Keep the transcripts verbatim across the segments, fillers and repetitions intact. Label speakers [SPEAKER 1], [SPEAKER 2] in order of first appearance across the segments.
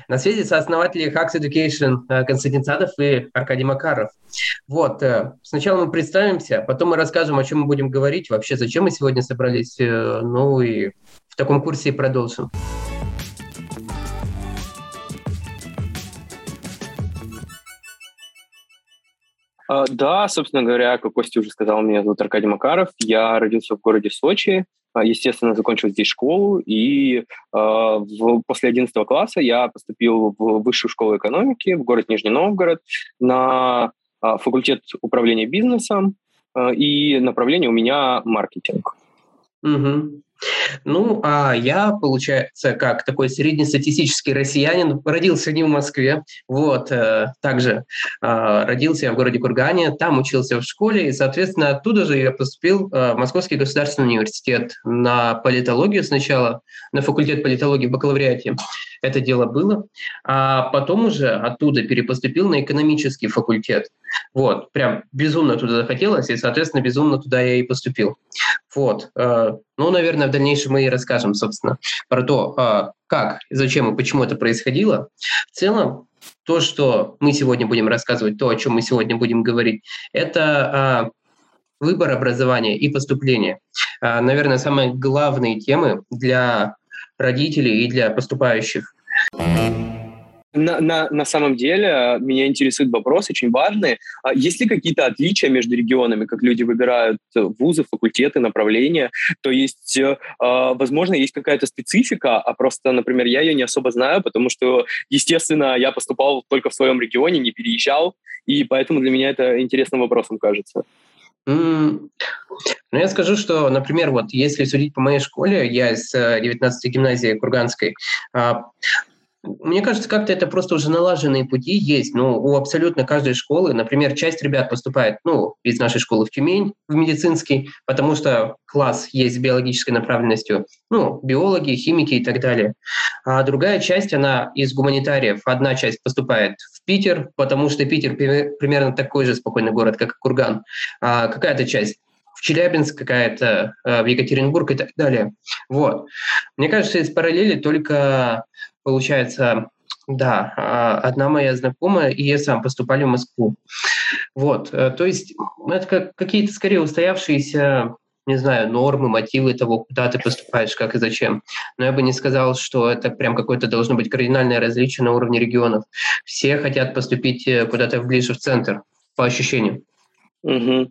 [SPEAKER 1] На связи сооснователи Hacks Education э, Константин Садов и Аркадий Макаров. Вот, э, сначала мы представимся, потом мы расскажем, о чем мы будем говорить, вообще, зачем мы сегодня собрались, э, ну и в таком курсе продолжим.
[SPEAKER 2] Uh, да, собственно говоря, как Костя уже сказал, меня зовут Аркадий Макаров. Я родился в городе Сочи, естественно, закончил здесь школу, и uh, в, после одиннадцатого класса я поступил в высшую школу экономики в город Нижний Новгород на uh, факультет управления бизнесом, uh, и направление у меня маркетинг.
[SPEAKER 1] Угу. Ну, а я, получается, как такой среднестатистический россиянин, родился не в Москве, вот, э, также э, родился я в городе Кургане, там учился в школе, и, соответственно, оттуда же я поступил э, в Московский государственный университет на политологию сначала, на факультет политологии в бакалавриате, это дело было, а потом уже оттуда перепоступил на экономический факультет, вот, прям безумно туда захотелось, и, соответственно, безумно туда я и поступил, вот, э, ну, наверное, в дальнейшем мы и расскажем, собственно, про то, как, зачем и почему это происходило. В целом, то, что мы сегодня будем рассказывать, то, о чем мы сегодня будем говорить, это выбор образования и поступления. Наверное, самые главные темы для родителей и для поступающих.
[SPEAKER 2] На, на, на самом деле меня интересует вопрос очень важный. Есть ли какие-то отличия между регионами, как люди выбирают вузы, факультеты, направления? То есть, возможно, есть какая-то специфика, а просто, например, я ее не особо знаю, потому что, естественно, я поступал только в своем регионе, не переезжал, и поэтому для меня это интересным вопросом кажется.
[SPEAKER 1] Mm. Ну, я скажу, что, например, вот если судить по моей школе, я из девятнадцатой гимназии Курганской, мне кажется, как-то это просто уже налаженные пути есть. Ну, у абсолютно каждой школы, например, часть ребят поступает, ну, из нашей школы в Тюмень, в медицинский, потому что класс есть с биологической направленностью, ну, биологи, химики и так далее. А другая часть, она из гуманитариев. Одна часть поступает в Питер, потому что Питер примерно такой же спокойный город, как и Курган. А какая-то часть в Челябинск, какая-то в Екатеринбург и так далее. Вот. Мне кажется, из параллели только... Получается, да, одна моя знакомая и я сам поступали в Москву. Вот, то есть это как какие-то скорее устоявшиеся, не знаю, нормы, мотивы того, куда ты поступаешь, как и зачем. Но я бы не сказал, что это прям какое-то должно быть кардинальное различие на уровне регионов. Все хотят поступить куда-то ближе в центр, по ощущениям.
[SPEAKER 2] Угу.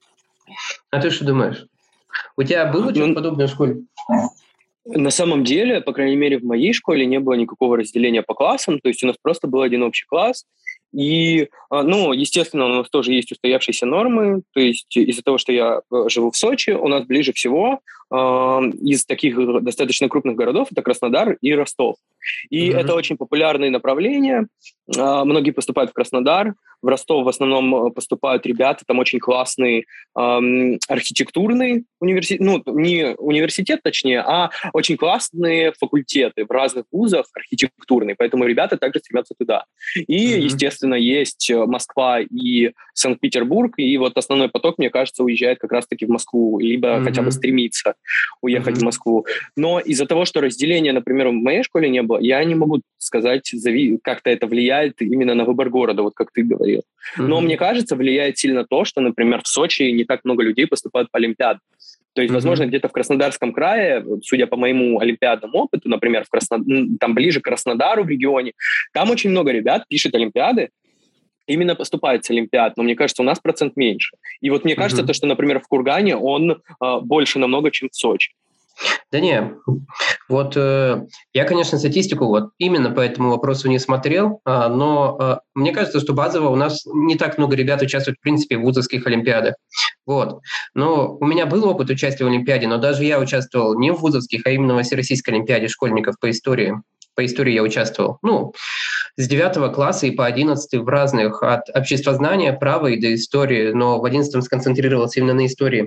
[SPEAKER 1] А ты что думаешь? У тебя было что-то
[SPEAKER 2] ну...
[SPEAKER 1] подобное в школе?
[SPEAKER 2] На самом деле, по крайней мере, в моей школе не было никакого разделения по классам, то есть у нас просто был один общий класс, и, ну, естественно, у нас тоже есть устоявшиеся нормы, то есть из-за того, что я живу в Сочи, у нас ближе всего э, из таких достаточно крупных городов это Краснодар и Ростов. И mm-hmm. это очень популярные направления, э, многие поступают в Краснодар, в Ростов в основном поступают ребята, там очень классный э, архитектурный университет, ну, не университет точнее, а очень классные факультеты в разных вузах архитектурные, поэтому ребята также стремятся туда. И, mm-hmm. естественно, есть Москва и Санкт-Петербург, и вот основной поток, мне кажется, уезжает как раз-таки в Москву, либо mm-hmm. хотя бы стремится уехать mm-hmm. в Москву. Но из-за того, что разделения, например, в моей школе не было, я не могу сказать, как-то это влияет именно на выбор города, вот как ты говорил. Mm-hmm. Но мне кажется, влияет сильно то, что, например, в Сочи не так много людей поступают по олимпиадам. То есть, mm-hmm. возможно, где-то в Краснодарском крае, судя по моему олимпиадному опыту, например, в Красно... там ближе к Краснодару в регионе, там очень много ребят пишут олимпиады, именно поступает с олимпиад, но мне кажется, у нас процент меньше. И вот мне кажется, mm-hmm. то, что, например, в Кургане он э, больше намного, чем в Сочи.
[SPEAKER 1] Да не, вот э, я, конечно, статистику вот именно по этому вопросу не смотрел, э, но э, мне кажется, что базово у нас не так много ребят участвуют, в принципе, в вузовских олимпиадах. Вот. Но у меня был опыт участия в олимпиаде, но даже я участвовал не в вузовских, а именно в Всероссийской олимпиаде школьников по истории. По истории я участвовал. Ну, с девятого класса и по одиннадцатый в разных, от обществознания, права и до истории, но в одиннадцатом сконцентрировался именно на истории.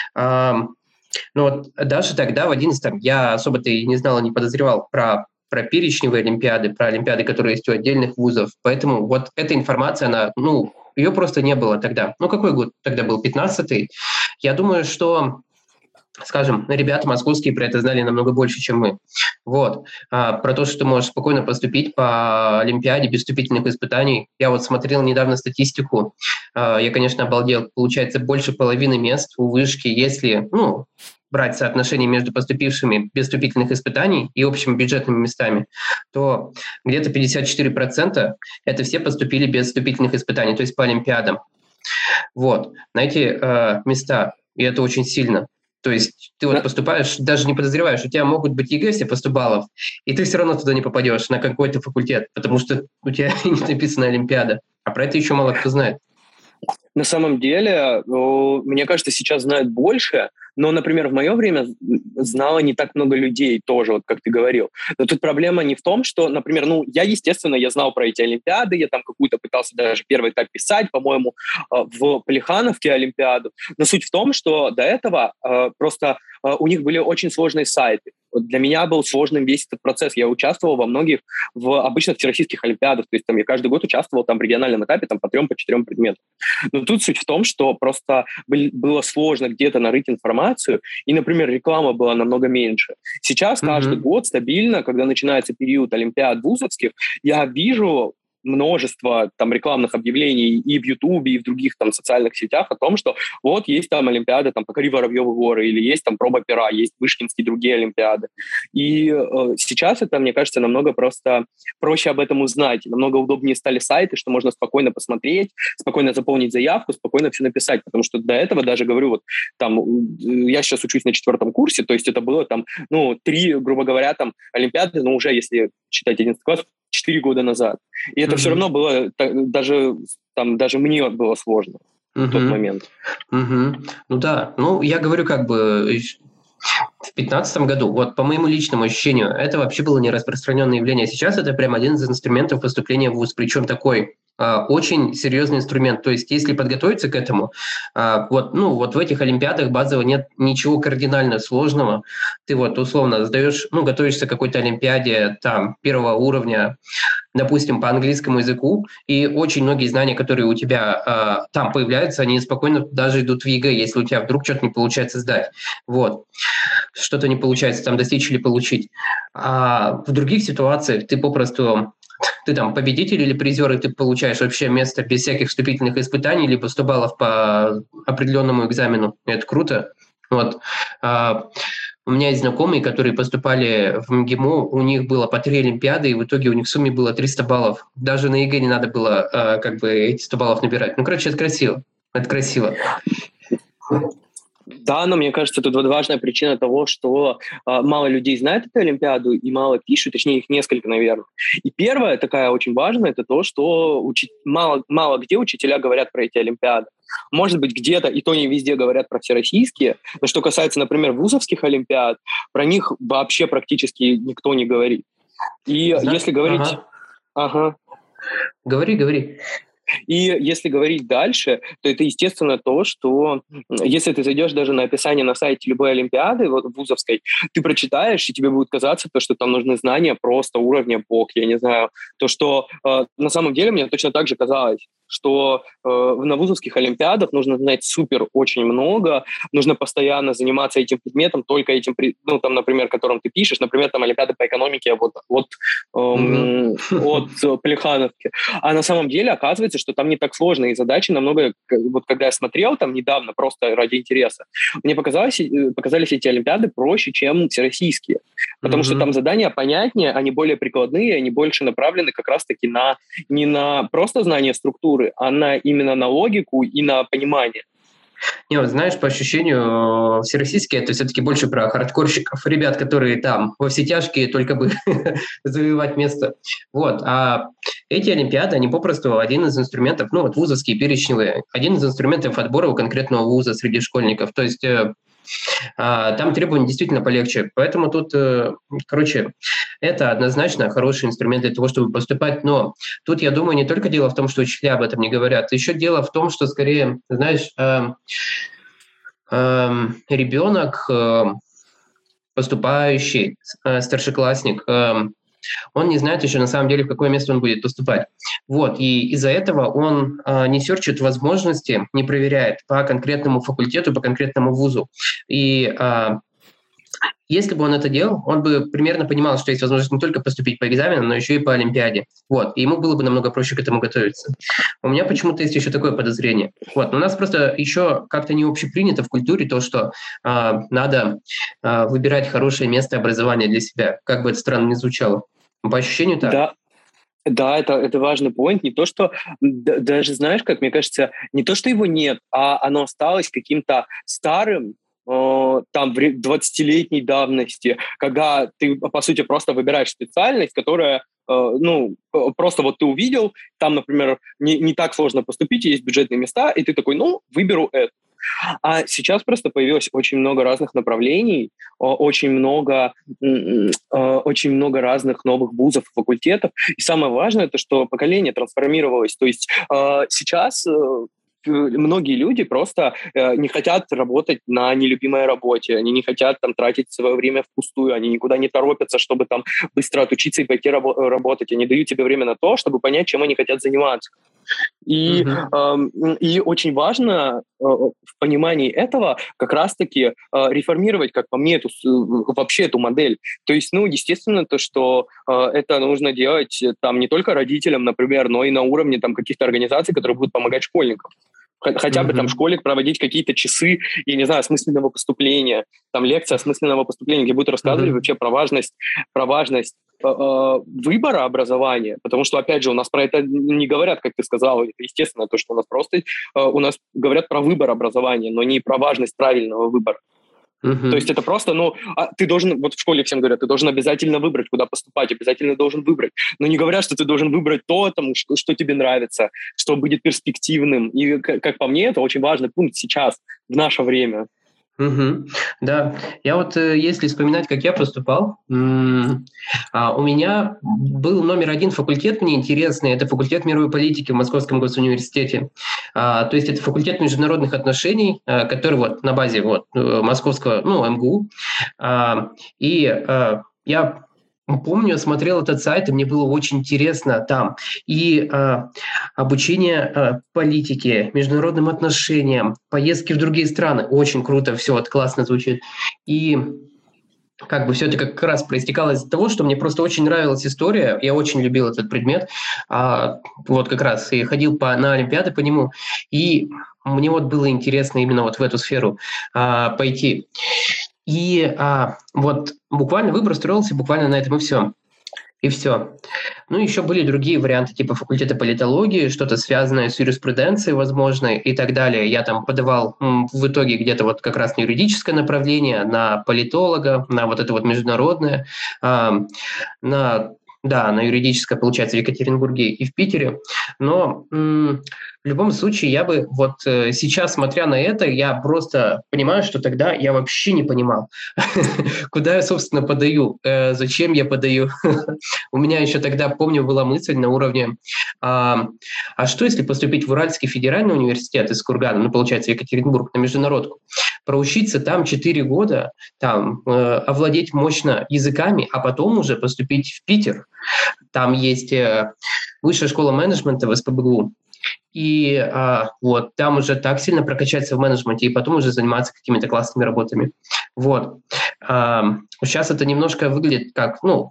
[SPEAKER 1] Но вот даже тогда, в одиннадцатом, я особо-то и не знал, и не подозревал про, про перечневые олимпиады, про олимпиады, которые есть у отдельных вузов. Поэтому вот эта информация, она, ну, ее просто не было тогда. Ну, какой год тогда был? пятнадцатый. Я думаю, что скажем, ребята московские про это знали намного больше, чем мы. Вот. А про то, что ты можешь спокойно поступить по Олимпиаде без вступительных испытаний. Я вот смотрел недавно статистику. А, я, конечно, обалдел. Получается, больше половины мест у вышки, если, ну, брать соотношение между поступившими без вступительных испытаний и общими бюджетными местами, то где-то пятьдесят четыре процента это все поступили без вступительных испытаний, то есть по Олимпиадам. Вот. На эти э, места, и это очень сильно. То есть ты вот поступаешь, даже не подозреваешь, у тебя могут быть ЕГЭ все по сто баллов, и ты все равно туда не попадешь, на какой-то факультет, потому что у тебя не написана Олимпиада. А про это еще мало кто знает.
[SPEAKER 2] На самом деле, мне кажется, сейчас знают больше, но, например, в мое время знало не так много людей тоже, вот как ты говорил. Но тут проблема не в том, что, например, ну, я, естественно, я знал про эти Олимпиады, я там какую-то пытался даже первый этап писать, по-моему, в Плехановке Олимпиаду. Но суть в том, что до этого просто у них были очень сложные сайты. Для меня был сложным весь этот процесс. Я участвовал во многих, в обычных всероссийских олимпиадах. То есть там я каждый год участвовал там в региональном этапе там, по трем, по четырем предметам. Но тут суть в том, что просто было сложно где-то нарыть информацию, и, например, реклама была намного меньше. Сейчас mm-hmm. каждый год стабильно, когда начинается период олимпиад вузовских, я вижу множество там рекламных объявлений и в Ютубе, и в других там социальных сетях о том, что вот есть там Олимпиада там «Покори Воробьевы горы», или есть там «Проба пера», есть Вышкинские другие Олимпиады. И э, сейчас это, мне кажется, намного просто проще об этом узнать, намного удобнее стали сайты, что можно спокойно посмотреть, спокойно заполнить заявку, спокойно все написать, потому что до этого даже, говорю, вот там, я сейчас учусь на четвертом курсе, то есть это было там, ну, три, грубо говоря, там Олимпиады, ну, уже, если считать одиннадцатый класс, четыре года назад. И это mm-hmm. все равно было, даже, там, даже мне было сложно mm-hmm. в тот момент.
[SPEAKER 1] Mm-hmm. Ну да, ну я говорю как бы в пятнадцатом году, вот по моему личному ощущению, это вообще было не распространенное явление. Сейчас это прям один из инструментов поступления в вуз, причем такой Uh, очень серьезный инструмент. То есть, если подготовиться к этому, uh, вот, ну, вот в этих олимпиадах базово нет ничего кардинально сложного. Ты вот условно сдаешь, ну, готовишься к какой-то олимпиаде там первого уровня, допустим, по английскому языку, и очень многие знания, которые у тебя uh, там появляются, они спокойно даже идут в ЕГЭ, если у тебя вдруг что-то не получается сдать. Вот. Что-то не получается там достичь или получить. А в других ситуациях ты попросту ты там победитель или призер, и ты получаешь вообще место без всяких вступительных испытаний, либо сто баллов по определенному экзамену. Это круто. Вот. А, у меня есть знакомые, которые поступали в МГИМО, у них было по три олимпиады, и в итоге у них в сумме было триста баллов. Даже на ЕГЭ не надо было а, как бы эти сто баллов набирать. Ну, короче, это красиво. Это красиво.
[SPEAKER 2] Да, но мне кажется, тут вот важная причина того, что э, мало людей знает эту Олимпиаду и мало пишут, точнее, их несколько, наверное. И первая такая очень важная, это то, что учи... мало, мало где учителя говорят про эти Олимпиады. Может быть, где-то, и то не везде говорят про всероссийские, но что касается, например, вузовских Олимпиад, про них вообще практически никто не говорит. И Знаешь, если говорить...
[SPEAKER 1] Ага.
[SPEAKER 2] Ага.
[SPEAKER 1] Говори, говори.
[SPEAKER 2] И если говорить дальше, то это, естественно, то, что если ты зайдешь даже на описание на сайте любой Олимпиады вот, вузовской, ты прочитаешь, и тебе будет казаться, то, что там нужны знания просто уровня бог, я не знаю. То, что э, на самом деле мне точно так же казалось, что э, на вузовских Олимпиадах нужно знать супер очень много, нужно постоянно заниматься этим предметом, только этим, ну, там, например, которым ты пишешь, например, там Олимпиады по экономике вот, вот, эм, mm-hmm. от Плехановки. А на самом деле оказывается, что там не так сложно, и задачи намного, вот когда я смотрел там недавно, просто ради интереса, мне показалось, показались эти Олимпиады проще, чем всероссийские, потому mm-hmm. что там задания понятнее, они более прикладные, они больше направлены как раз-таки на, не на просто знание структуры, а на, именно на логику и на понимание.
[SPEAKER 1] Не, вот знаешь, по ощущению, всероссийские, это все-таки больше про хардкорщиков, ребят, которые там во все тяжкие, только бы завоевать место. Вот. А эти олимпиады, они попросту один из инструментов, ну вот вузовские, перечневые, один из инструментов отбора у конкретного вуза среди школьников. То есть там требования действительно полегче. Поэтому тут, короче, это однозначно хороший инструмент для того, чтобы поступать. Но тут, я думаю, не только дело в том, что учителя об этом не говорят. Еще дело в том, что, скорее, знаешь, э, э, ребенок, э, поступающий, э, старшеклассник, э, он не знает еще на самом деле, в какое место он будет поступать. Вот, и из-за этого он э, не серчит возможности, не проверяет по конкретному факультету, по конкретному вузу. И э, если бы он это делал, он бы примерно понимал, что есть возможность не только поступить по экзаменам, но еще и по Олимпиаде. Вот. И ему было бы намного проще к этому готовиться. У меня почему-то есть еще такое подозрение. Вот. Но у нас просто еще как-то не общепринято в культуре то, что э, надо э, выбирать хорошее место образования для себя. Как бы это странно ни звучало. По ощущению так.
[SPEAKER 2] Да. Да, это, это важный поинт. Не то, что... Да, даже, знаешь, как мне кажется, не то, что его нет, а оно осталось каким-то старым, там в двадцатилетней давности, когда ты, по сути, просто выбираешь специальность, которая, ну, просто вот ты увидел, там, например, не, не так сложно поступить, есть бюджетные места, и ты такой, ну, выберу это. А сейчас просто появилось очень много разных направлений, очень много, очень много разных новых вузов и факультетов. И самое важное, это что поколение трансформировалось. То есть сейчас... многие люди просто э, не хотят работать на нелюбимой работе, они не хотят там тратить свое время впустую, они никуда не торопятся, чтобы там быстро отучиться и пойти рабо- работать. Они дают тебе время на то, чтобы понять, чем они хотят заниматься. И, mm-hmm. э, и очень важно э, в понимании этого как раз-таки э, реформировать, как по мне, эту, вообще эту модель. То есть, ну, естественно, то, что э, это нужно делать там не только родителям, например, но и на уровне там каких-то организаций, которые будут помогать школьникам. Хотя бы mm-hmm. там в школе проводить какие-то часы, я не знаю, осмысленного поступления, там лекция осмысленного поступления, где будут рассказывать mm-hmm. вообще про важность, про важность э, э, выбора образования, потому что, опять же, у нас про это не говорят, как ты сказал, это естественно, то, что у нас просто, э, у нас говорят про выбор образования, но не про важность правильного выбора. Uh-huh. То есть это просто, ну, а ты должен, вот в школе всем говорят, ты должен обязательно выбрать, куда поступать, обязательно должен выбрать. Но не говорят, что ты должен выбрать то, там, что, что тебе нравится, что будет перспективным. И, как по мне, это очень важный пункт сейчас, в наше время.
[SPEAKER 1] Угу. Да, я вот, если вспоминать, как я поступал, м- а, у меня был номер один факультет мне интересный, это факультет мировой политики в Московском госуниверситете. А, то есть это факультет международных отношений, а, который вот на базе вот московского, ну, эм гэ у. А, и а, я помню, смотрел этот сайт, и мне было очень интересно там. И э, обучение э, политике, международным отношениям, поездки в другие страны. Очень круто все, это классно звучит. И как бы все это как раз проистекало из того, что мне просто очень нравилась история, я очень любил этот предмет, а, вот как раз и ходил по, на Олимпиады по нему, и мне вот было интересно именно вот в эту сферу а, пойти. И а, вот буквально выбор строился буквально на этом и все. И все. Ну, еще были другие варианты, типа факультета политологии, что-то связанное с юриспруденцией, возможно, и так далее. Я там подавал м, в итоге где-то вот как раз на юридическое направление, на политолога, на вот это вот международное, а, на... Да, на юридическое, получается, в Екатеринбурге и в Питере. Но м- в любом случае я бы вот э, сейчас, смотря на это, я просто понимаю, что тогда я вообще не понимал, куда я, собственно, подаю, э, зачем я подаю. У меня еще тогда, помню, была мысль на уровне, а, а что если поступить в Уральский федеральный университет из Кургана, ну, получается, Екатеринбург, на международку, проучиться там четыре года, там, э, овладеть мощно языками, а потом уже поступить в Питер. Там есть э, высшая школа менеджмента в эс пэ бэ гэ у, и а, вот там уже так сильно прокачаться в менеджменте и потом уже заниматься какими-то классными работами. Вот. А, сейчас это немножко выглядит как, ну,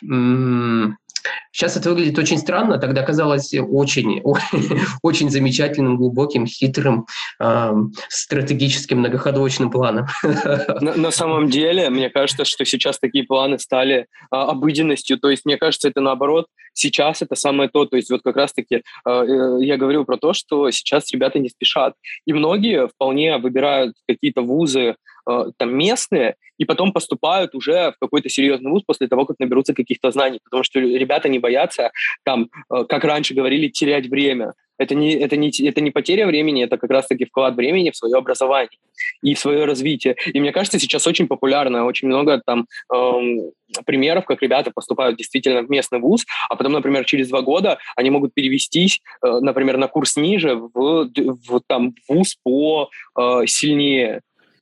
[SPEAKER 1] м- сейчас это выглядит очень странно, тогда казалось очень, очень замечательным, глубоким, хитрым, э, стратегическим, многоходовочным планом.
[SPEAKER 2] На, на самом деле, мне кажется, что сейчас такие планы стали а, обыденностью. То есть, мне кажется, это наоборот, сейчас это самое то. То есть, вот как раз-таки а, я говорил про то, что сейчас ребята не спешат. И многие вполне выбирают какие-то вузы а, там местные, и потом поступают уже в какой-то серьезный вуз после того, как наберутся каких-то знаний. Потому что ребята не боятся, там, как раньше говорили, терять время. Это не, это, не, это не потеря времени, это как раз-таки вклад времени в свое образование и в свое развитие. И мне кажется, сейчас очень популярно, очень много там эм, примеров, как ребята поступают действительно в местный вуз, а потом, например, через два года они могут перевестись, э, например, на курс ниже в, в там, вуз по э, сильнее.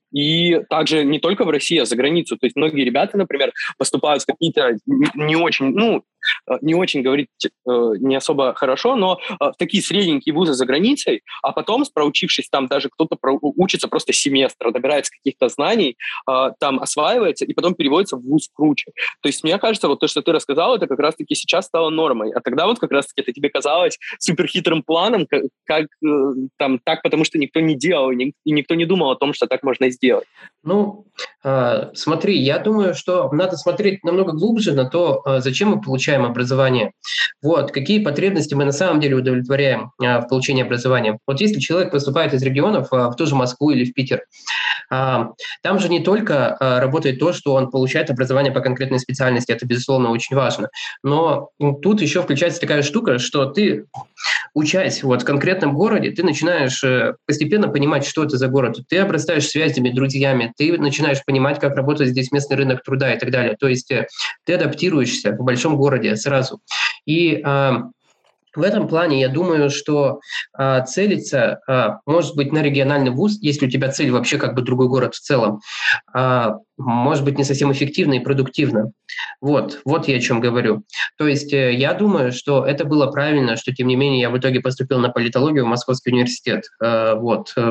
[SPEAKER 2] И также не только в России, а за границу. То есть многие ребята, например, поступают в какие-то не очень, ну, не очень говорить не особо хорошо, но в такие средненькие вузы за границей, а потом, проучившись там, даже кто-то учится просто семестр, добирается каких-то знаний, там осваивается и потом переводится в вуз круче. То есть мне кажется, вот то, что ты рассказал, это как раз-таки сейчас стало нормой. А тогда вот как раз-таки это тебе казалось суперхитрым планом, как, как там так, потому что никто не делал, и никто не думал о том, что так можно сделать.
[SPEAKER 1] Ну, э, смотри, я думаю, что надо смотреть намного глубже на то, э, зачем мы получаем образование. Вот, какие потребности мы на самом деле удовлетворяем э, в получении образования. Вот если человек поступает из регионов э, в ту же Москву или в Питер, э, там же не только э, работает то, что он получает образование по конкретной специальности, это, безусловно, очень важно, но ну, тут еще включается такая штука, что ты, учась вот в конкретном городе, ты начинаешь э, постепенно понимать, что это за город, ты обрастаешь связями, друзьями, ты начинаешь понимать, как работает здесь местный рынок труда и так далее. То есть э, ты адаптируешься в большом городе сразу. И э, в этом плане я думаю, что э, целиться, э, может быть, на региональный вуз, если у тебя цель вообще как бы другой город в целом, э, может быть, не совсем эффективно и продуктивно. Вот, вот я о чем говорю. То есть э, я думаю, что это было правильно, что, тем не менее, я в итоге поступил на политологию в Московский университет. Э, вот, э,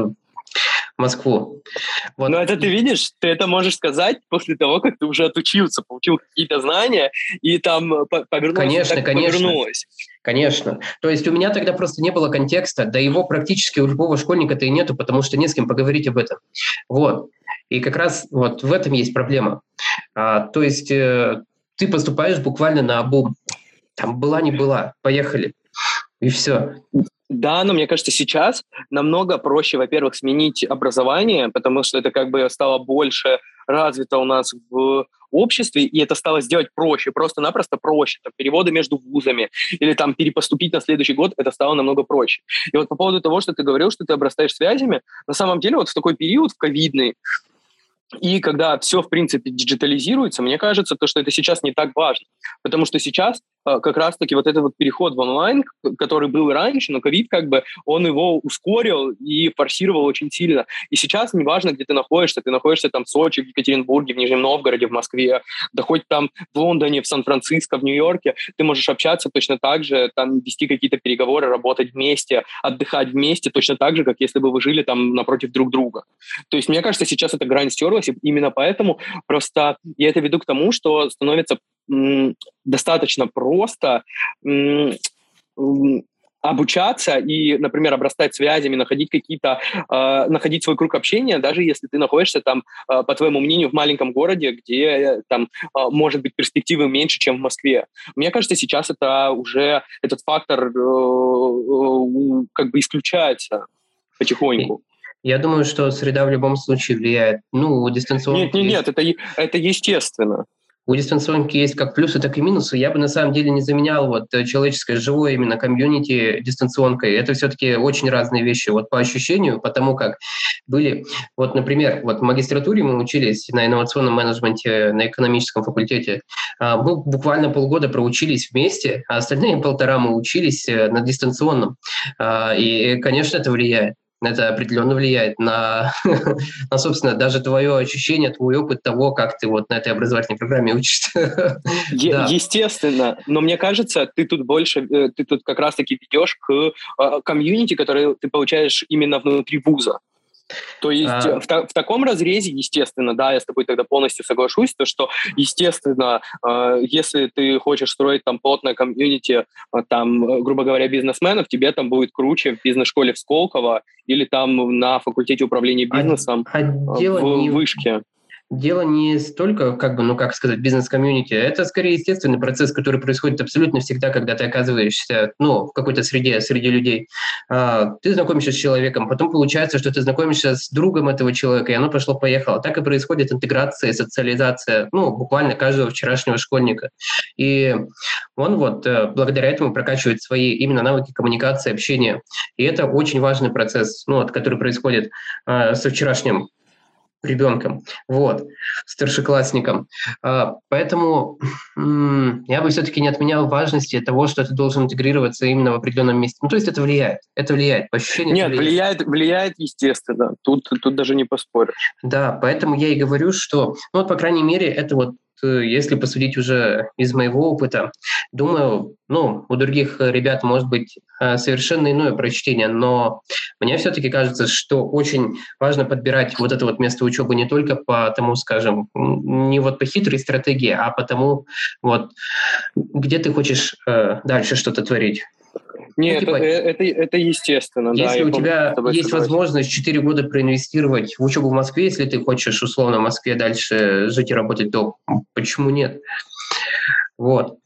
[SPEAKER 1] Москву.
[SPEAKER 2] Вот. Но это ты видишь, ты это можешь сказать после того, как ты уже отучился, получил какие-то знания, и там повернулось.
[SPEAKER 1] Конечно,
[SPEAKER 2] так
[SPEAKER 1] конечно.
[SPEAKER 2] Повернулось.
[SPEAKER 1] Конечно. То есть у меня тогда просто не было контекста, да его практически у любого школьника-то и нету, потому что не с кем поговорить об этом. Вот. И как раз вот в этом есть проблема. А, то есть э, ты поступаешь буквально наобум. Там была не была, поехали. И все.
[SPEAKER 2] Да, но мне кажется, сейчас намного проще, во-первых, сменить образование, потому что это как бы стало больше развито у нас в обществе, и это стало сделать проще, просто-напросто проще. Там, переводы между вузами или там перепоступить на следующий год, это стало намного проще. И вот по поводу того, что ты говорил, что ты обрастаешь связями, на самом деле вот в такой период, в ковидный, и когда все, в принципе, диджитализируется, мне кажется, то, что это сейчас не так важно. Потому что сейчас э, как раз-таки вот этот вот переход в онлайн, который был и раньше, но ковид как бы, он его ускорил и форсировал очень сильно. И сейчас неважно, где ты находишься, ты находишься там в Сочи, в Екатеринбурге, в Нижнем Новгороде, в Москве, да хоть там в Лондоне, в Сан-Франциско, в Нью-Йорке, ты можешь общаться точно так же, там вести какие-то переговоры, работать вместе, отдыхать вместе, точно так же, как если бы вы жили там напротив друг друга. То есть, мне кажется, сейчас эта грань стерлась, и именно поэтому просто я это веду к тому, что становится м, достаточно просто м, м, обучаться и, например, обрастать связями, находить какие-то, э, находить свой круг общения, даже если ты находишься там, э, по твоему мнению, в маленьком городе, где там э, может быть перспективы меньше, чем в Москве. Мне кажется, сейчас это уже этот фактор э, э, как бы исключается потихоньку.
[SPEAKER 1] Я думаю, что среда в любом случае влияет. Ну, у дистанционки...
[SPEAKER 2] Нет, нет, нет, это, это естественно.
[SPEAKER 1] У дистанционки есть как плюсы, так и минусы. Я бы на самом деле не заменял вот человеческое живое именно комьюнити дистанционкой. Это все-таки очень разные вещи. Вот по ощущению, потому как были... Вот, например, вот в магистратуре мы учились на инновационном менеджменте на экономическом факультете. Мы буквально полгода проучились вместе, а остальные полтора мы учились на дистанционном. И, конечно, это влияет. Это определенно влияет на, на, собственно, даже твое ощущение, твой опыт того, как ты вот на этой образовательной программе учишься.
[SPEAKER 2] Е- да. Естественно, но мне кажется, ты тут больше, ты тут как раз-таки ведешь к комьюнити, который ты получаешь именно внутри вуза. То есть а... в, та- в таком разрезе, естественно, да, я с тобой тогда полностью соглашусь, то что, естественно, э, если ты хочешь строить там плотное комьюнити, э, там, грубо говоря, бизнесменов, тебе там будет круче в бизнес-школе в Сколково или там на факультете управления бизнесом
[SPEAKER 1] а, а
[SPEAKER 2] в
[SPEAKER 1] не...
[SPEAKER 2] Вышке.
[SPEAKER 1] Дело не столько, как бы, ну, как сказать, бизнес-комьюнити. Это скорее естественный процесс, который происходит абсолютно всегда, когда ты оказываешься, ну, в какой-то среде, среди людей. А, ты знакомишься с человеком, потом получается, что ты знакомишься с другом этого человека, и оно пошло-поехало. Так и происходит интеграция, социализация, ну, буквально каждого вчерашнего школьника. И он вот благодаря этому прокачивает свои именно навыки коммуникации, общения. И это очень важный процесс, ну, вот, который происходит а, со вчерашним ребенком, вот, старшеклассником. А, поэтому м- я бы все-таки не отменял важности того, что ты должен интегрироваться именно в определенном месте. Ну, то есть это влияет, это влияет, по ощущению это
[SPEAKER 2] Нет, влияет, влияет, естественно. Тут, тут даже не поспоришь.
[SPEAKER 1] Да, поэтому я и говорю, что, ну вот, по крайней мере, это вот, э, если посудить уже из моего опыта, думаю, ну, у других э, ребят может быть э, совершенно иное прочтение, но мне все-таки кажется, что очень важно подбирать вот это вот место учебы не только по тому, скажем, м, не вот по хитрой стратегии, а по тому, вот, где ты хочешь э, дальше что-то творить. Ну,
[SPEAKER 2] Нет,
[SPEAKER 1] типа,
[SPEAKER 2] это, это, это естественно, да,
[SPEAKER 1] если
[SPEAKER 2] я
[SPEAKER 1] у
[SPEAKER 2] полностью с
[SPEAKER 1] тебя
[SPEAKER 2] тобой
[SPEAKER 1] есть
[SPEAKER 2] согласен.
[SPEAKER 1] возможность четыре года проинвестировать в учебу в Москве, если ты хочешь условно в Москве дальше жить и работать, то почему нет? Вот.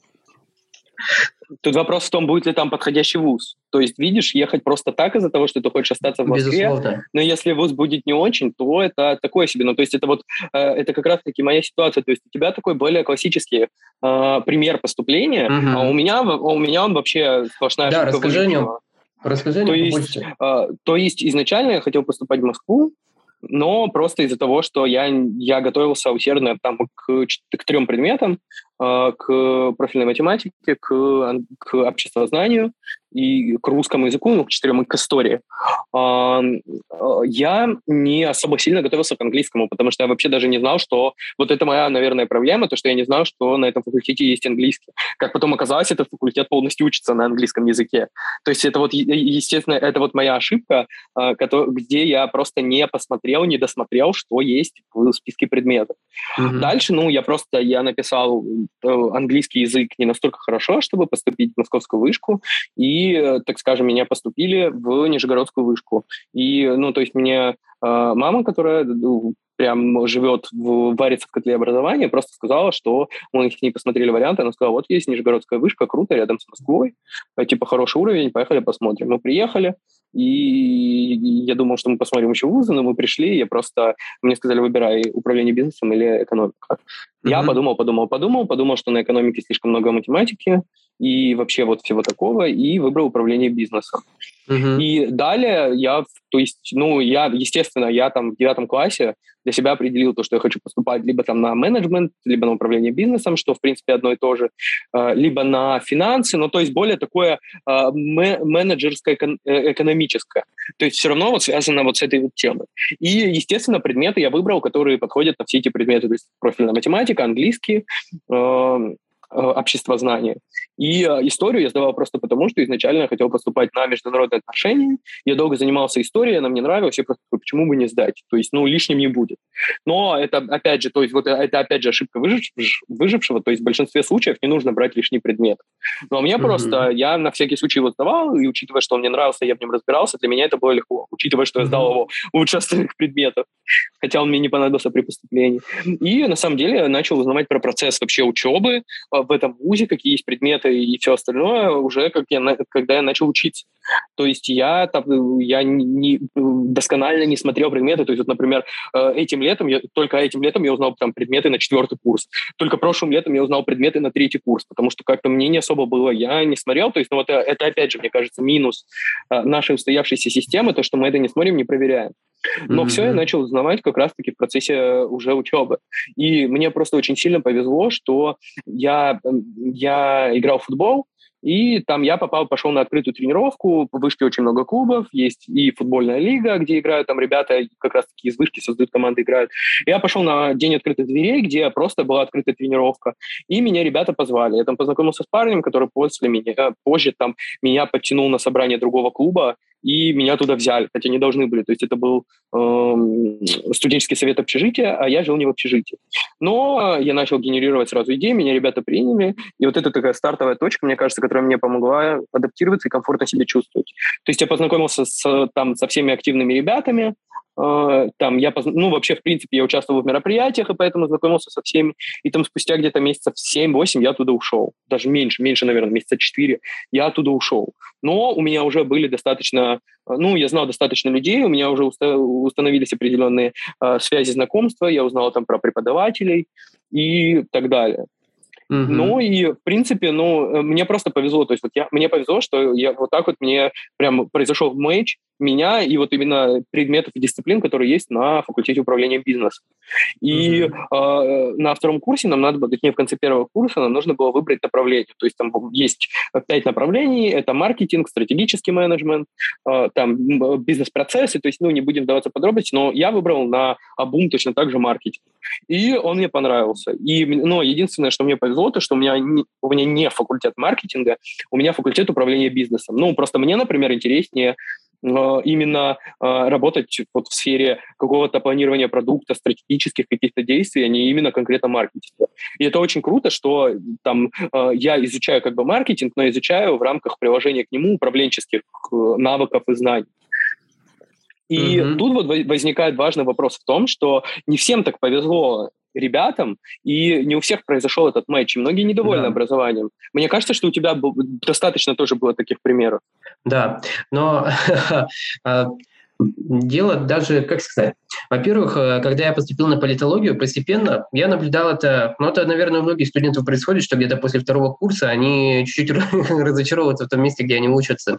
[SPEAKER 2] Тут вопрос в том, будет ли там подходящий вуз. То есть, видишь, ехать просто так из-за того, что ты хочешь остаться в Москве,
[SPEAKER 1] Безусловно.
[SPEAKER 2] но если вуз будет не очень, то это такое себе. Ну, то есть это вот, э, это как раз-таки моя ситуация. То есть у тебя такой более классический э, пример поступления, а у
[SPEAKER 1] Мгм.
[SPEAKER 2] меня, а у меня он вообще сплошная
[SPEAKER 1] Да,
[SPEAKER 2] ошибка
[SPEAKER 1] расскажи о нем.
[SPEAKER 2] выжившего.
[SPEAKER 1] Расскажи о
[SPEAKER 2] То
[SPEAKER 1] нем
[SPEAKER 2] есть,
[SPEAKER 1] побольше.
[SPEAKER 2] э, то есть изначально я хотел поступать в Москву, но просто из-за того, что я, я готовился усердно там, к, к трем предметам, э, к профильной математике, к, ан- к обществознанию и к русскому языку, ну, к четырем, и к истории. А, э, я не особо сильно готовился к английскому, потому что я вообще даже не знал, что... Вот это моя, наверное, проблема, то, что я не знал, что на этом факультете есть английский. Как потом оказалось, этот факультет полностью учится на английском языке. То есть это вот, е- естественно, это вот моя ошибка, э, кото- где я просто не посмотрел, не досмотрел, что есть в списке предметов.
[SPEAKER 1] Мгм.
[SPEAKER 2] Дальше, ну, я просто, я написал э, английский язык не настолько хорошо, чтобы поступить в московскую вышку, и, э, так скажем, меня поступили в Нижегородскую вышку. И, ну, то есть мне э, мама, которая ну, прям живет, в, варится в котле образования, просто сказала, что мы с ней посмотрели варианты, она сказала, вот есть Нижегородская вышка, круто, рядом с Москвой, э, типа хороший уровень, поехали посмотрим. Мы приехали, и я думал, что мы посмотрим еще вузы, но мы пришли, я просто... Мне сказали, выбирай управление бизнесом или экономика. Я
[SPEAKER 1] Мгм.
[SPEAKER 2] подумал, подумал, подумал, подумал, что на экономике слишком много математики и вообще вот всего такого, и выбрал управление бизнесом.
[SPEAKER 1] Мгм.
[SPEAKER 2] И далее я, то есть, ну, я, естественно, я там в девятом классе для себя определил то, что я хочу поступать либо там на менеджмент, либо на управление бизнесом, что, в принципе, одно и то же, э, либо на финансы, ну, то есть более такое э, ме- менеджерское, экон- э, экономическое. То есть все равно вот связано вот с этой вот темой. И, естественно, предметы я выбрал, которые подходят на все эти предметы, то есть профильная математика, английский, э, э, обществознание. И э, историю я сдавал просто потому, что изначально я хотел поступать на международные отношения. Я долго занимался историей, она мне нравилась, я просто такой, почему бы не сдать? То есть, ну, лишним не будет. Но это, опять же, то есть вот это, опять же, ошибка выжив, выжившего, то есть в большинстве случаев не нужно брать лишний предмет. Ну, а мне просто,
[SPEAKER 1] Мгм.
[SPEAKER 2] я на всякий случай его сдавал, и учитывая, что он мне нравился, я в нем разбирался, для меня это было легко, учитывая, что я сдал
[SPEAKER 1] Мгм.
[SPEAKER 2] его лучше остальных предметов, хотя он мне не понадобился при поступлении. И на самом деле я начал узнавать про процесс вообще учебы э, в этом вузе, какие есть предметы и все остальное уже, как я, на- когда я начал учиться. То есть я, там, я не, не- досконально не смотрел предметы. То есть, вот, например, э, этим летом, я, только этим летом я узнал там предметы на четвертый курс. Только прошлым летом я узнал предметы на третий курс, потому что как-то мне не особо было, я не смотрел. То есть, ну, вот это, это опять же, мне кажется, минус э, нашей устоявшейся системы, то, что мы это не смотрим, не проверяем. Но все я
[SPEAKER 1] Мгм.
[SPEAKER 2] начал узнавать как раз-таки в процессе уже учебы. И мне просто очень сильно повезло, что я, я играл в футбол, и там я попал, пошел на открытую тренировку. В вышке очень много клубов, есть и футбольная лига, где играют там ребята, как раз-таки из вышки создают команды, играют. Я пошел на день открытых дверей, где просто была открытая тренировка, и меня ребята позвали. Я там познакомился с парнем, который после меня, позже там меня подтянул на собрание другого клуба, и меня туда взяли, хотя не должны были. То есть это был эм, студенческий совет общежития, а я жил не в общежитии. Но я начал генерировать сразу идеи, меня ребята приняли, и вот это такая стартовая точка, мне кажется, которая мне помогла адаптироваться и комфортно себя чувствовать. То есть я познакомился с, там, со всеми активными ребятами, э, там я, позна... ну, вообще, в принципе, я участвовал в мероприятиях, и поэтому знакомился со всеми, и там спустя где-то месяцев семь-восемь я оттуда ушел. Даже меньше, меньше, наверное, месяца четыре я оттуда ушел. Но у меня уже были достаточно, ну, я знал достаточно людей, у меня уже уста- установились определенные э, связи, знакомства, я узнал там про преподавателей и так далее. Ну
[SPEAKER 1] Мгм.
[SPEAKER 2] и, в принципе, ну, мне просто повезло. То есть вот я, мне повезло, что я вот так вот мне прям произошел матч меня и вот именно предметов и дисциплин, которые есть на факультете управления бизнесом. И mm-hmm. э, на втором курсе нам надо было, точнее, в конце первого курса нам нужно было выбрать направление. То есть там есть пять направлений, это маркетинг, стратегический менеджмент, э, там бизнес-процессы, то есть, ну, не будем даваться подробности, но я выбрал на обум точно так же маркетинг. И он мне понравился. И, ну, единственное, что мне повезло, то, что у меня, не, у меня не факультет маркетинга, у меня факультет управления бизнесом. Ну, просто мне, например, интереснее именно э, работать вот в сфере какого-то планирования продукта, стратегических каких-то действий, а не именно конкретно маркетинга. И это очень круто, что там э, я изучаю как бы маркетинг, но изучаю в рамках приложения к нему управленческих э, навыков и знаний. И mm-hmm. тут вот возникает важный вопрос в том, что не всем так повезло ребятам, и не у всех произошел этот матч, и многие недовольны да. образованием. Мне кажется, что у тебя был, достаточно тоже было таких примеров.
[SPEAKER 1] Да, но дело даже, как сказать, во-первых, когда я поступил на политологию, постепенно я наблюдал это, ну, это, наверное, у многих студентов происходит, что где-то после второго курса они чуть-чуть разочаровываются в том месте, где они учатся.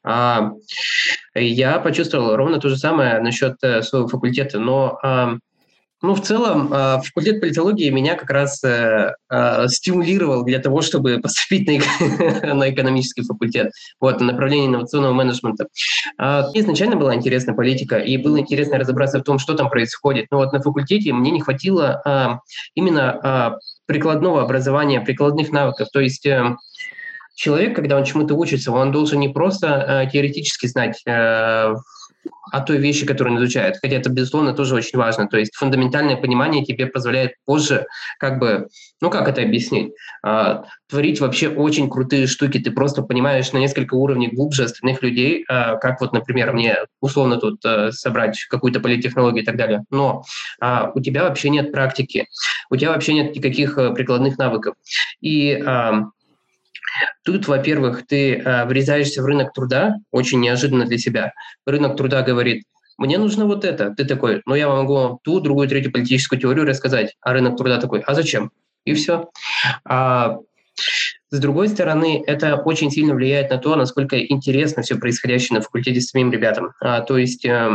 [SPEAKER 1] Я почувствовал ровно то же самое насчет своего факультета, но... Ну, в целом, э, факультет политологии меня как раз э, э, стимулировал для того, чтобы поступить на, эко- на экономический факультет, вот, на направление инновационного менеджмента. Э, мне изначально была интересна политика, и было интересно разобраться в том, что там происходит. Но вот на факультете мне не хватило э, именно э, прикладного образования, прикладных навыков. То есть э, человек, когда он чему-то учится, он должен не просто э, теоретически знать э, о той вещи, которую он изучает. Хотя это, безусловно, тоже очень важно. То есть фундаментальное понимание тебе позволяет позже, как бы, ну как это объяснить, а, творить вообще очень крутые штуки. Ты просто понимаешь на несколько уровней глубже остальных людей, а, как вот, например, мне условно тут а, собрать какую-то политтехнологию и так далее. Но а, у тебя вообще нет практики, у тебя вообще нет никаких а, прикладных навыков. И а, Тут, во-первых, ты э, врезаешься в рынок труда очень неожиданно для себя. Рынок труда говорит, мне нужно вот это. Ты такой, ну я могу ту, другую, третью политическую теорию рассказать. А рынок труда такой, а зачем? И все. А, с другой стороны, это очень сильно влияет на то, насколько интересно все происходящее на факультете с самим ребятам. А, то есть... Э,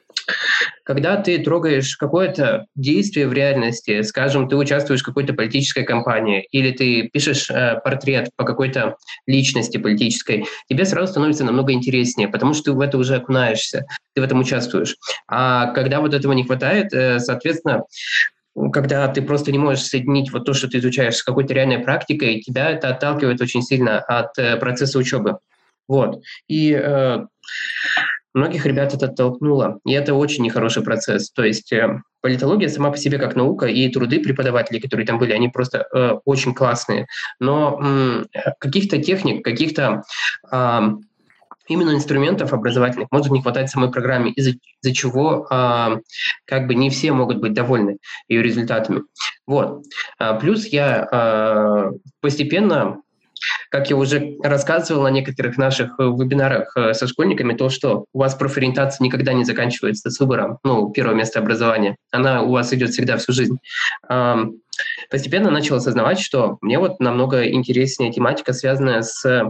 [SPEAKER 1] Когда ты трогаешь какое-то действие в реальности, скажем, ты участвуешь в какой-то политической кампании или ты пишешь э, портрет по какой-то личности политической, тебе сразу становится намного интереснее, потому что ты в это уже окунаешься, ты в этом участвуешь. А когда вот этого не хватает, э, соответственно, когда ты просто не можешь соединить вот то, что ты изучаешь, с какой-то реальной практикой, тебя это отталкивает очень сильно от э, процесса учебы. Вот. И... Э, Многих ребят это оттолкнуло, и это очень нехороший процесс. То есть э, политология сама по себе как наука, и труды преподавателей, которые там были, они просто э, очень классные. Но м, каких-то техник, каких-то э, именно инструментов образовательных может не хватать самой программе, из-за, из-за чего э, как бы не все могут быть довольны ее результатами. Вот. А плюс я э, постепенно... Как я уже рассказывал на некоторых наших вебинарах со школьниками, то, что у вас профориентация никогда не заканчивается с выбором, ну, первого места образования. Она у вас идет всегда всю жизнь. Постепенно начал осознавать, что мне вот намного интереснее тематика, связанная с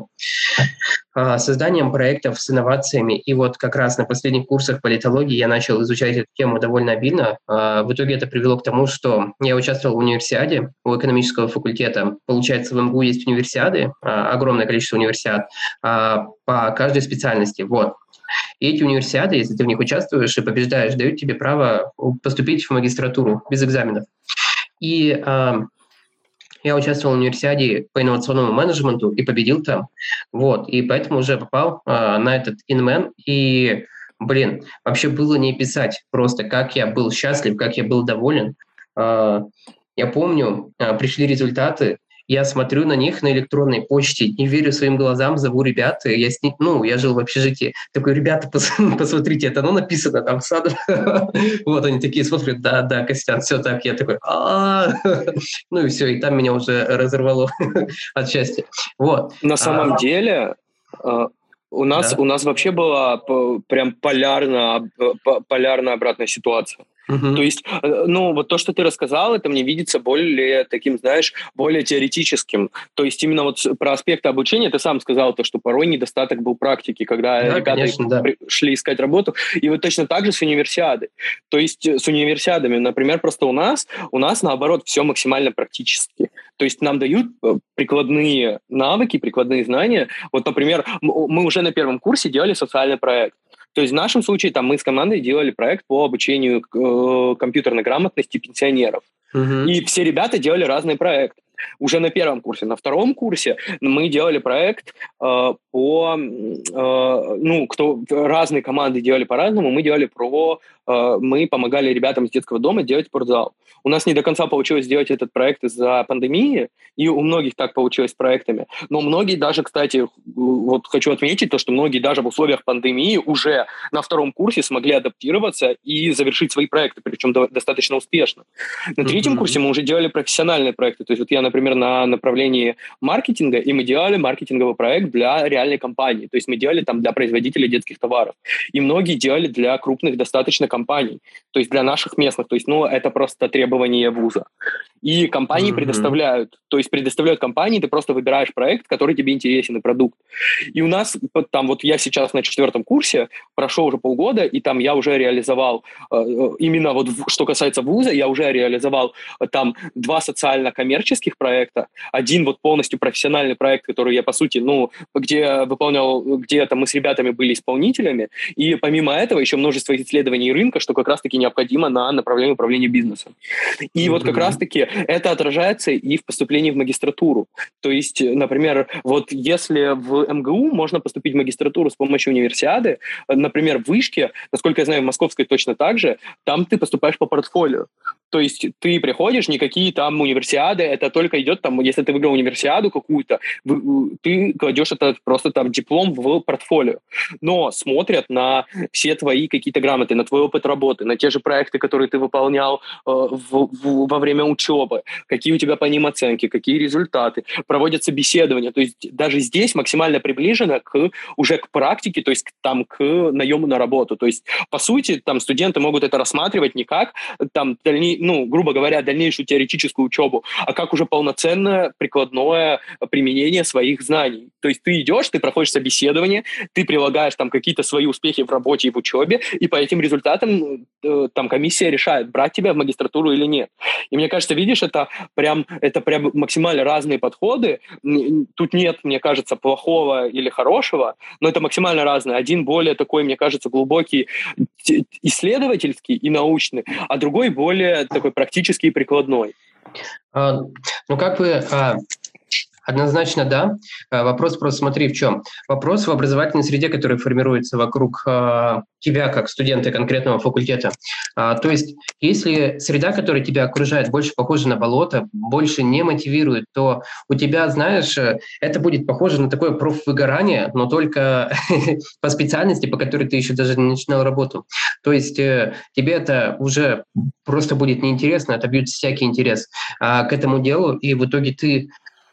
[SPEAKER 1] созданием проектов с инновациями. И вот как раз на последних курсах политологии я начал изучать эту тему довольно обильно. В итоге это привело к тому, что я участвовал в универсиаде у экономического факультета. Получается, в эм гэ у есть универсиады, огромное количество универсиад по каждой специальности. Вот. И эти универсиады, если ты в них участвуешь и побеждаешь, дают тебе право поступить в магистратуру без экзаменов. И я участвовал в универсиаде по инновационному менеджменту и победил там. Вот. И поэтому уже попал э, на этот Inman. И, блин, вообще было не писать просто, как я был счастлив, как я был доволен. Э, я помню, э, пришли результаты, я смотрю на них на электронной почте, не верю своим глазам, зову ребят, я с ним, ну, я жил в общежитии, такой, ребята, посмотрите, это оно написано там садом. Вот они такие смотрят, да, да, Костян, все так, я такой, ну и все, и там меня уже разорвало от счастья. Вот.
[SPEAKER 2] На самом деле... У нас,
[SPEAKER 1] да.
[SPEAKER 2] у нас вообще была прям полярно, полярная обратная ситуация. Uh-huh. То есть, ну, вот то, что ты рассказал, это мне видится более таким, знаешь, более теоретическим. То есть именно вот про аспекты обучения ты сам сказал, то, что порой недостаток был практики, когда да, ребята конечно, да. шли искать работу. И вот точно так же с универсиадой. То есть с универсиадами, например, просто у нас, у нас наоборот все максимально практически. То есть нам дают прикладные навыки, прикладные знания. Вот, например, мы уже на первом курсе делали социальный проект. То есть в нашем случае там мы с командой делали проект по обучению э, компьютерной грамотности пенсионеров. Uh-huh. И все ребята делали разные проекты. Уже на первом курсе. На втором курсе мы делали проект э, по... Э, ну, кто разные команды делали по-разному. Мы делали про... Э, мы помогали ребятам из детского дома делать спортзал. У нас не до конца получилось сделать этот проект из-за пандемии, и у многих так получилось с проектами. Но многие даже, кстати, вот хочу отметить то, что многие даже в условиях пандемии уже на втором курсе смогли адаптироваться и завершить свои проекты, причем до- достаточно успешно. На третьем mm-hmm. курсе мы уже делали профессиональные проекты. То есть вот я, например, на направлении маркетинга, и мы делали маркетинговый проект для реальной компании. То есть мы делали там для производителей детских товаров. И многие делали для крупных достаточно компаний. То есть для наших местных. То есть, ну, это просто требование вуза. И компании mm-hmm. предоставляют, то есть предоставляют компании, ты просто выбираешь проект, который тебе интересен, и продукт. И у нас, там вот я сейчас на четвертом курсе, прошло уже полгода, и там я уже реализовал, именно вот что касается вуза, я уже реализовал там два социально-коммерческих проекта, один вот полностью профессиональный проект, который я, по сути, ну, где выполнял, где там мы с ребятами были исполнителями, и помимо этого еще множество исследований рынка, что как раз-таки необходимо на направлении управления бизнесом. И mm-hmm. вот как раз-таки это отражается и в поступлении в магистратуру. То есть, например, вот если в эм гэ у можно поступить в магистратуру с помощью универсиады, например, в вышке, насколько я знаю, в московской точно так же, там ты поступаешь по портфолио. То есть ты приходишь, никакие там универсиады, это только идет там, если ты выиграл универсиаду какую-то, ты кладешь это просто там диплом в портфолио. Но смотрят на все твои какие-то грамоты, на твой опыт работы, на те же проекты, которые ты выполнял э, в, в, во время учебы, какие у тебя по ним оценки, какие результаты, проводят собеседования. То есть даже здесь максимально приближено к, уже к практике, то есть там, к наему на работу. То есть, по сути, там студенты могут это рассматривать не как там, дальней, ну, грубо говоря, дальнейшую теоретическую учебу, а как уже полноценное прикладное применение своих знаний. То есть ты идешь, ты проходишь собеседование, ты прилагаешь там какие-то свои успехи в работе и в учебе, и по этим результатам э, там комиссия решает, брать тебя в магистратуру или нет. И мне кажется, видишь, это прям, это прям максимально разные подходы. Тут нет, мне кажется, плохого или хорошего, но это максимально разное. Один более такой, мне кажется, глубокий исследовательский и научный, а другой более такой практический и прикладной.
[SPEAKER 1] А, ну, как бы... А... Однозначно, да. Вопрос просто смотри в чем. Вопрос в образовательной среде, которая формируется вокруг э, тебя, как студента конкретного факультета. А, то есть, если среда, которая тебя окружает, больше похожа на болото, больше не мотивирует, то у тебя, знаешь, это будет похоже на такое профвыгорание, но только по специальности, по которой ты еще даже не начинал работу. То есть, э, тебе это уже просто будет неинтересно, отобьют всякий интерес а, к этому делу, и в итоге ты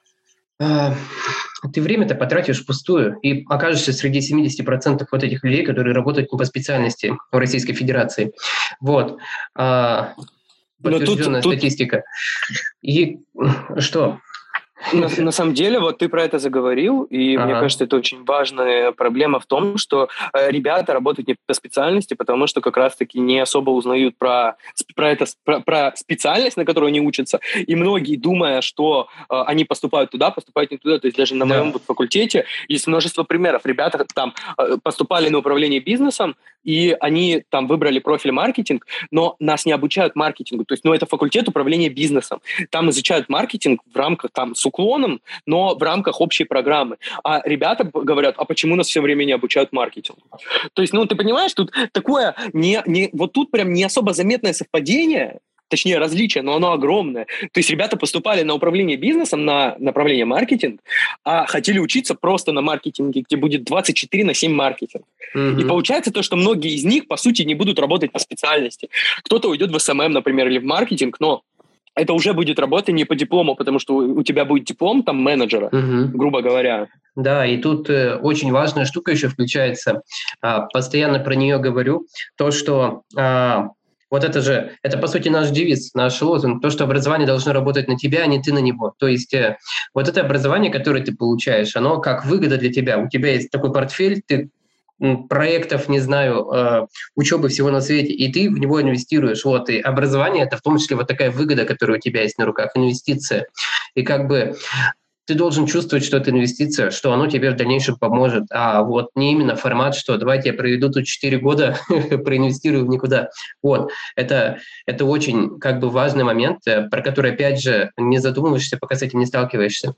[SPEAKER 1] ты время-то потратишь впустую и окажешься среди семьдесят процентов вот этих людей, которые работают не по специальности в Российской Федерации. Вот. Подтвержденная тут, статистика. Тут... И что?
[SPEAKER 2] На, на самом деле, вот ты про это заговорил, и ага. мне кажется, это очень важная проблема в том, что э, ребята работают не по специальности, потому что как раз-таки не особо узнают про, про, это, про, про специальность, на которую они учатся, и многие, думая, что э, они поступают туда, поступают не туда. То есть даже на да. моем вот факультете есть множество примеров. Ребята там э, поступали на управление бизнесом, и они там выбрали профиль маркетинг, но нас не обучают маркетингу. То есть, ну, это факультет управления бизнесом. Там изучают маркетинг в рамках там с уклоном, но в рамках общей программы. А ребята говорят, а почему нас все время не обучают маркетингу? То есть, ну, ты понимаешь, тут такое, не, не, вот тут прям не особо заметное совпадение, точнее, различие, но оно огромное. То есть ребята поступали на управление бизнесом, на направление маркетинг, а хотели учиться просто на маркетинге, где будет двадцать четыре на семь маркетинг. Mm-hmm. И получается то, что многие из них, по сути, не будут работать по специальности. Кто-то уйдет в эс эм эм, например, или в маркетинг, но это уже будет работа не по диплому, потому что у тебя будет диплом там менеджера, uh-huh. грубо говоря.
[SPEAKER 1] Да, и тут э, очень важная штука еще включается. А, постоянно про нее говорю. То, что а, Вот это же, это по сути наш девиз, наш лозунг, то, что образование должно работать на тебя, а не ты на него. То есть э, вот это образование, которое ты получаешь, оно как выгода для тебя. У тебя есть такой портфель, ты проектов, не знаю, э, учебы всего на свете, и ты в него инвестируешь. Вот, и образование – это в том числе вот такая выгода, которая у тебя есть на руках, инвестиция. И как бы ты должен чувствовать, что это инвестиция, что оно тебе в дальнейшем поможет. А вот не именно формат, что давайте я проведу тут четыре года, проинвестирую в никуда. Вот, это, это очень как бы важный момент, про который, опять же, не задумываешься, пока с этим не сталкиваешься.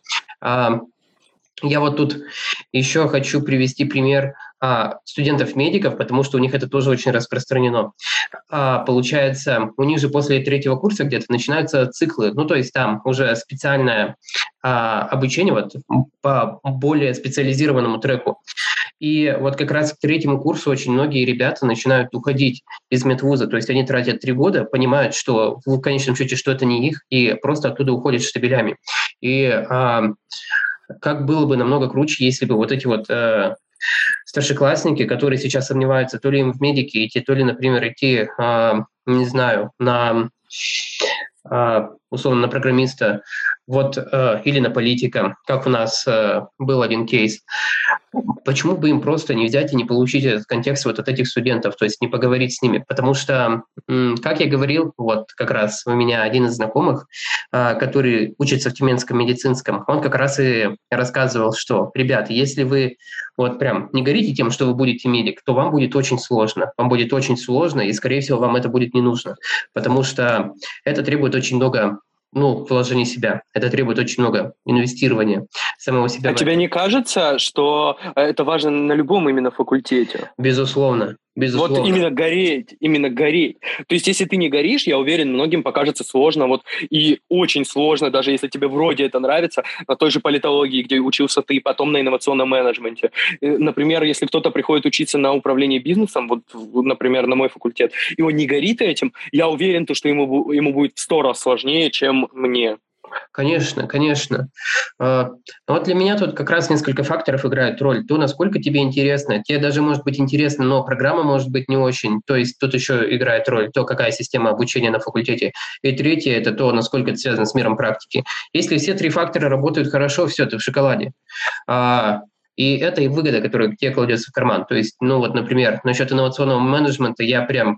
[SPEAKER 1] Я вот тут еще хочу привести пример а, студентов-медиков, потому что у них это тоже очень распространено. А, получается, у них же после третьего курса где-то начинаются циклы, ну то есть там уже специальное а, обучение вот, по более специализированному треку. И вот как раз к третьему курсу очень многие ребята начинают уходить из медвуза, то есть они тратят три года, понимают, что в конечном счете, что это не их, и просто оттуда уходят штабелями. И а, как было бы намного круче, если бы вот эти вот э, старшеклассники, которые сейчас сомневаются, то ли им в медике идти, то ли, например, идти, э, не знаю, на, э, условно, на программиста, вот, э, или на политика, как у нас э, был один кейс. Почему бы им просто не взять и не получить этот контекст вот от этих студентов, то есть не поговорить с ними? Потому что, как я говорил, вот как раз у меня один из знакомых, который учится в Тюменском медицинском, он как раз и рассказывал, что, ребят, если вы вот прям не горите тем, что вы будете медик, то вам будет очень сложно. Вам будет очень сложно, и, скорее всего, вам это будет не нужно, потому что это требует очень много ну, вложение себя. Это требует очень много инвестирования самого себя.
[SPEAKER 2] А тебе не кажется, что это важно на любом именно факультете?
[SPEAKER 1] Безусловно. Безусловно.
[SPEAKER 2] Вот именно гореть, именно гореть. То есть, если ты не горишь, я уверен, многим покажется сложно, вот, и очень сложно, даже если тебе вроде это нравится, на той же политологии, где учился ты, потом на инновационном менеджменте. Например, если кто-то приходит учиться на управление бизнесом, вот, например, на мой факультет, и он не горит этим, я уверен, что ему, ему будет в сто раз сложнее, чем мне.
[SPEAKER 1] Конечно, конечно. Но вот для меня тут как раз несколько факторов играют роль. То, насколько тебе интересно. Тебе даже может быть интересно, но программа может быть не очень. То есть тут еще играет роль то, какая система обучения на факультете. И третье – это то, насколько это связано с миром практики. Если все три фактора работают хорошо, все, ты в шоколаде. И это и выгода, которая к тебе кладется в карман. То есть, ну вот, например, насчет инновационного менеджмента я прям...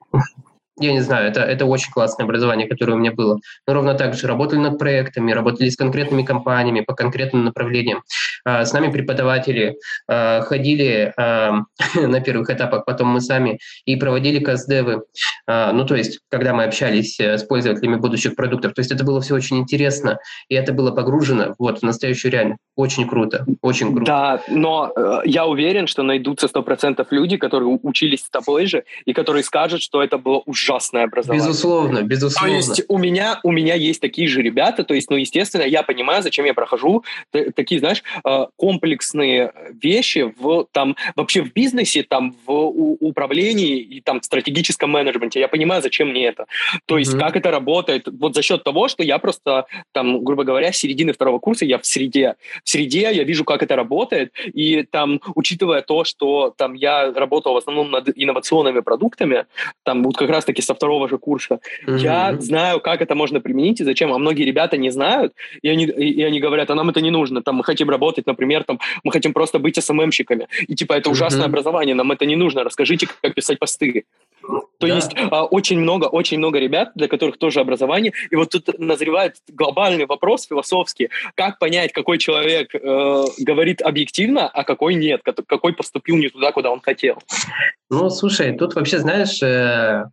[SPEAKER 1] Я не знаю, это, это очень классное образование, которое у меня было. Мы ровно так же работали над проектами, работали с конкретными компаниями по конкретным направлениям. А, с нами преподаватели а, ходили а, на первых этапах, потом мы сами и проводили каст-девы. А, ну, то есть, когда мы общались с пользователями будущих продуктов. То есть это было все очень интересно, и это было погружено вот, в настоящую реальность. Очень круто, очень круто.
[SPEAKER 2] Да, но э, я уверен, что найдутся сто процентов люди, которые учились с тобой же, и которые скажут, что это было ужасное образование.
[SPEAKER 1] Безусловно, безусловно.
[SPEAKER 2] То есть у меня, у меня есть такие же ребята, то есть, ну, естественно, я понимаю, зачем я прохожу т- такие, знаешь, э, комплексные вещи в, там, вообще в бизнесе, там, в у, управлении и там в стратегическом менеджменте. Я понимаю, зачем мне это. То есть, mm-hmm. как это работает. Вот за счет того, что я просто, там, грубо говоря, с середины второго курса я в среде. В среде я вижу, как это работает, и там, учитывая то, что там я работал в основном над инновационными продуктами, там вот как раз-таки со второго же курса, mm-hmm. я знаю, как это можно применить и зачем, а многие ребята не знают, и они, и, и они говорят, а нам это не нужно, там, мы хотим работать, например, там, мы хотим просто быть эс эм эм-щиками, и типа это ужасное mm-hmm. образование, нам это не нужно, расскажите, как писать посты. То да. есть а, очень много, очень много ребят, для которых тоже образование. И вот тут назревает глобальный вопрос философский. Как понять, какой человек э, говорит объективно, а какой нет, какой поступил не туда, куда он хотел?
[SPEAKER 1] Ну, слушай, тут вообще, знаешь... Э...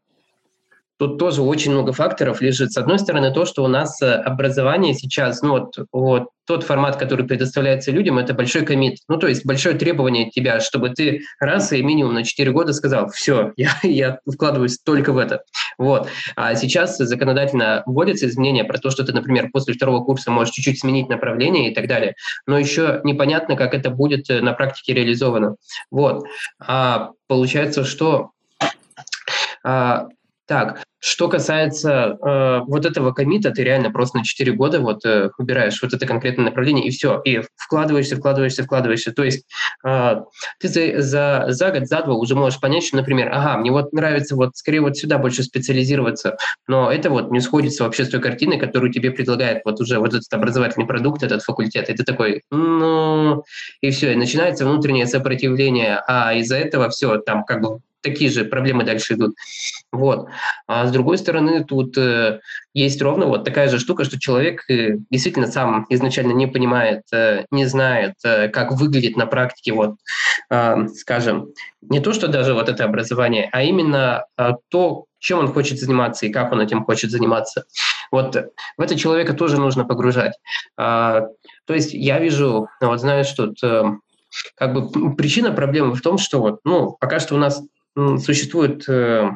[SPEAKER 1] Тут тоже очень много факторов лежит. С одной стороны, то, что у нас образование сейчас, ну вот, вот тот формат, который предоставляется людям, это большой коммит. Ну, то есть большое требование от тебя, чтобы ты раз и минимум на четыре года сказал, все, я, я вкладываюсь только в это. Вот. А сейчас законодательно вводятся изменения про то, что ты, например, после второго курса можешь чуть-чуть сменить направление и так далее. Но еще непонятно, как это будет на практике реализовано. Вот. А получается, что... А, Так, что касается э, вот этого коммита, ты реально просто на четыре года вот э, выбираешь вот это конкретное направление, и все, и вкладываешься, вкладываешься, вкладываешься. То есть э, ты за, за, за год, за два уже можешь понять, что, например, ага, мне вот нравится вот скорее вот сюда больше специализироваться, но это вот не сходится вообще с той картиной, которую тебе предлагает вот уже вот этот образовательный продукт, этот факультет, и ты такой, ну, и все, и начинается внутреннее сопротивление, а из-за этого все, там как бы такие же проблемы дальше идут. Вот. А с другой стороны, тут э, есть ровно вот такая же штука, что человек э, действительно сам изначально не понимает, э, не знает, э, как выглядит на практике, вот, э, скажем, не то, что даже вот это образование, а именно э, то, чем он хочет заниматься и как он этим хочет заниматься. Вот в это человека тоже нужно погружать. А, то есть я вижу, вот знаешь, тут э, как бы причина проблемы в том, что вот, ну, пока что у нас м, существует... Э,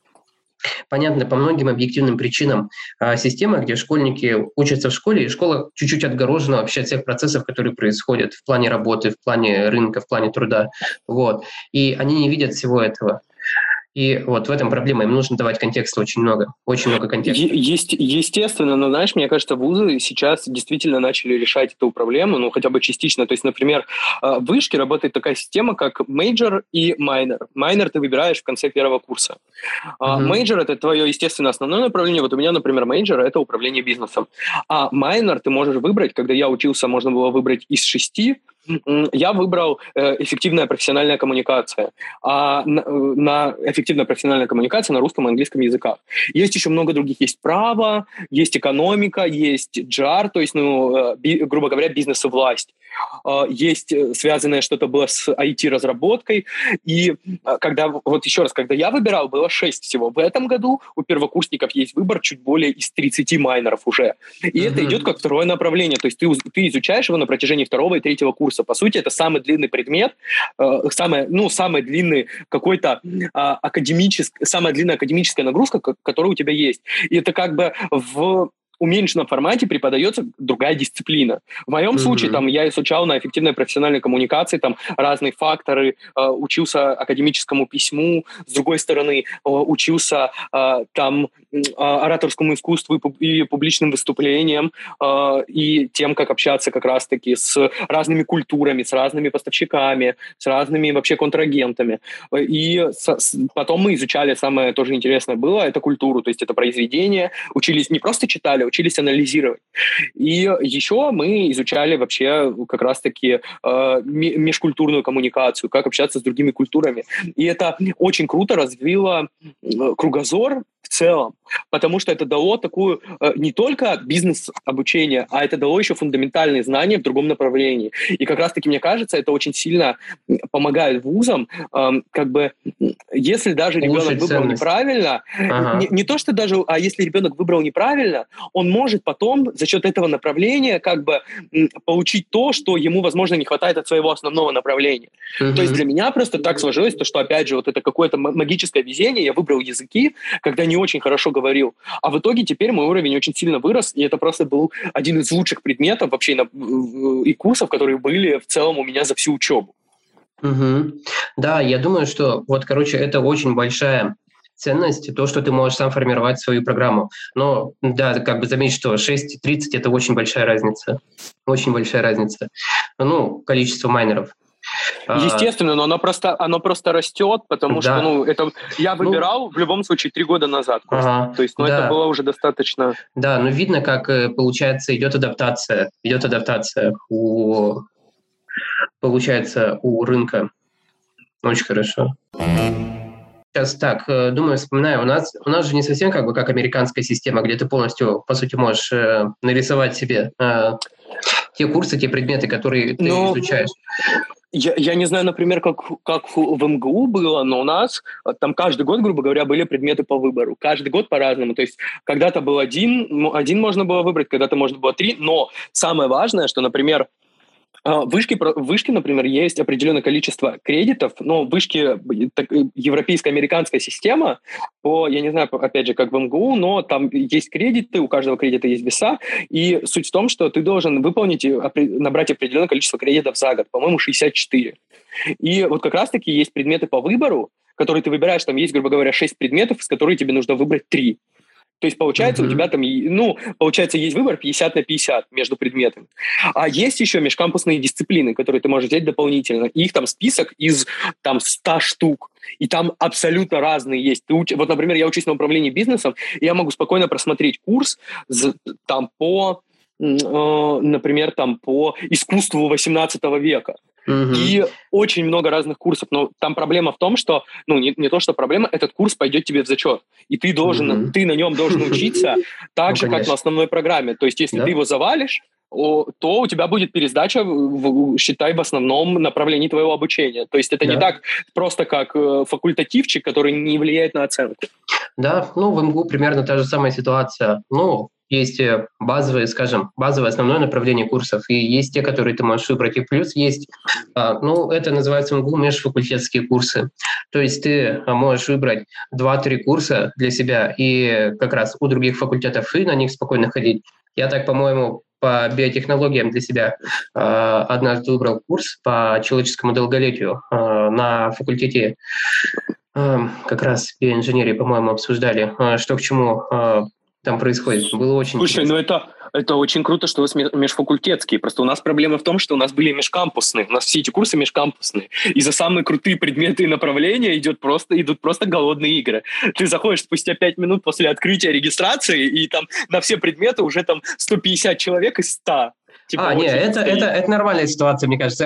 [SPEAKER 1] понятно, по многим объективным причинам а, система, где школьники учатся в школе, и школа чуть-чуть отгорожена вообще от всех процессов, которые происходят в плане работы, в плане рынка, в плане труда. Вот. И они не видят всего этого. И вот в этом проблема. Им нужно давать контекста очень много. Очень много контекста.
[SPEAKER 2] Есть, естественно, но, знаешь, мне кажется, вузы сейчас действительно начали решать эту проблему, ну, хотя бы частично. То есть, например, в вышке работает такая система, как мейджор и майнер. Майнер ты выбираешь в конце первого курса. Мейджор uh-huh. – это твое, естественно, основное направление. Вот у меня, например, мейджор – это управление бизнесом. А майнер ты можешь выбрать, когда я учился, можно было выбрать из шести. Я выбрал э, эффективная профессиональная коммуникация. А на, на эффективная профессиональная коммуникация на русском и английском языках. Есть еще много других. Есть право, есть экономика, есть джи ар, то есть, ну, би, грубо говоря, бизнес и власть. Э, есть связанное что-то было с ай ти-разработкой. И когда, вот еще раз, когда я выбирал, было шесть всего. В этом году у первокурсников есть выбор чуть более из тридцати майнеров уже. И mm-hmm. это идет как второе направление. То есть ты, ты изучаешь его на протяжении второго и третьего курса. По сути, это самый длинный предмет, э, самый, ну, самый длинный какой-то э, академический, самая длинная академическая нагрузка, которая у тебя есть. И это как бы в уменьшенном формате преподается другая дисциплина. В моем mm-hmm. случае там, я изучал на эффективной профессиональной коммуникации там, разные факторы, э, учился академическому письму, с другой стороны, э, учился э, там, э, ораторскому искусству и, пуб- и публичным выступлениям, э, и тем, как общаться как раз-таки с разными культурами, с разными поставщиками, с разными вообще контрагентами. И с, с, потом мы изучали, самое тоже интересное было, это культуру, то есть это произведение, учились, не просто читали, учились анализировать. И еще мы изучали вообще как раз-таки э, межкультурную коммуникацию, как общаться с другими культурами. И это очень круто развило кругозор в целом, потому что это дало такую э, не только бизнес-обучение, а это дало еще фундаментальные знания в другом направлении. И как раз-таки, мне кажется, это очень сильно помогает вузам, э, как бы, если даже ребенок выбрал ценность. неправильно, ага. не, не то, что даже, а если ребенок выбрал неправильно, он может потом за счет этого направления как бы получить то, что ему, возможно, не хватает от своего основного направления. Uh-huh. То есть для меня просто так сложилось, то, что, опять же, вот это какое-то магическое везение, я выбрал языки, когда не очень хорошо говорил, а в итоге теперь мой уровень очень сильно вырос, и это просто был один из лучших предметов вообще на, и курсов, которые были в целом у меня за всю учебу.
[SPEAKER 1] Uh-huh. Да, я думаю, что вот, короче, это очень большая ценность, то, что ты можешь сам формировать свою программу. Но, да, как бы заметь, что шесть и тридцать – это очень большая разница. Очень большая разница. Ну, количество майнеров.
[SPEAKER 2] Естественно, но оно просто, оно просто растет, потому да. что, ну, это я выбирал ну, в любом случае три года назад. Ага, то есть, ну, да. это было уже достаточно...
[SPEAKER 1] Да, но видно, как, получается, идет адаптация. Идет адаптация у, получается, у рынка. Очень хорошо. Сейчас так, думаю, вспоминаю, у нас, у нас же не совсем как бы как американская система, где ты полностью, по сути, можешь э, нарисовать себе э, те курсы, те предметы, которые ты но... изучаешь.
[SPEAKER 2] Я, я не знаю, например, как, как в эм гэ у было, но у нас там каждый год, грубо говоря, были предметы по выбору. Каждый год по-разному. То есть когда-то был один, один можно было выбрать, когда-то можно было три. Но самое важное, что, например, А, Вышки, про- в вышке, например, есть определенное количество кредитов, но в вышке б- так, э, европейско-американская система, по, я не знаю, по- опять же, как в МГУ, но там есть кредиты, у каждого кредита есть веса, и суть в том, что ты должен выполнить, и опре- набрать определенное количество кредитов за год, по-моему, шестьдесят четыре. И вот как раз-таки есть предметы по выбору, которые ты выбираешь, там есть, грубо говоря, шесть предметов, из которых тебе нужно выбрать три. То есть, получается, у тебя
[SPEAKER 1] Мгм.
[SPEAKER 2] там, и- ну, получается, есть выбор пятьдесят на пятьдесят между предметами. А есть еще межкампусные дисциплины, которые ты можешь взять дополнительно. И их там список из там ста штук. И там абсолютно разные есть. Ты уч- Вот, например, я учусь на управлении бизнесом, и я могу спокойно просмотреть курс з- там по, м, э, например, там по искусству восемнадцатого века.
[SPEAKER 1] Мгм.
[SPEAKER 2] И очень много разных курсов. Но там проблема в том, что, ну, не, не то, что проблема, этот курс пойдет тебе в зачет. И ты должен,
[SPEAKER 1] Мгм.
[SPEAKER 2] ты на нем должен учиться так
[SPEAKER 1] Ну,
[SPEAKER 2] же, как на
[SPEAKER 1] конечно.
[SPEAKER 2] основной программе. То есть, если ты
[SPEAKER 1] Да?
[SPEAKER 2] его завалишь, о, то у тебя будет пересдача, в- в- считай, в основном направлении твоего обучения. То есть это не
[SPEAKER 1] Да.
[SPEAKER 2] так просто, как э, факультативчик, который не влияет на оценку.
[SPEAKER 1] Да, ну, в МГУ примерно та же самая ситуация. Ну, есть э, базовые, скажем, базовое основное направление курсов, и есть те, которые ты можешь выбрать. И плюс есть, а, ну, это называется в МГУ межфакультетские курсы. То есть ты а, можешь выбрать два-три курса для себя и как раз у других факультетов и на них спокойно ходить. Я так, по-моему, по биотехнологиям для себя а, однажды выбрал курс по человеческому долголетию а, на факультете. Ам, как раз биоинженерии, по-моему, обсуждали, а, что к чему а, там происходит. Было очень
[SPEAKER 2] Слушай, ну
[SPEAKER 1] интересно.
[SPEAKER 2] это, это очень круто, что у вас ме- межфакультетские. Просто у нас проблема в том, что у нас были межкампусные. У нас все эти курсы межкампусные. И за самые крутые предметы и направления идет просто, идут просто голодные игры. Ты заходишь спустя пять минут после открытия регистрации, и там на все предметы уже там сто пятьдесят человек из ста. Типа
[SPEAKER 1] А, не,
[SPEAKER 2] очередь
[SPEAKER 1] это, это,
[SPEAKER 2] стоит.
[SPEAKER 1] это нормальная ситуация, мне кажется,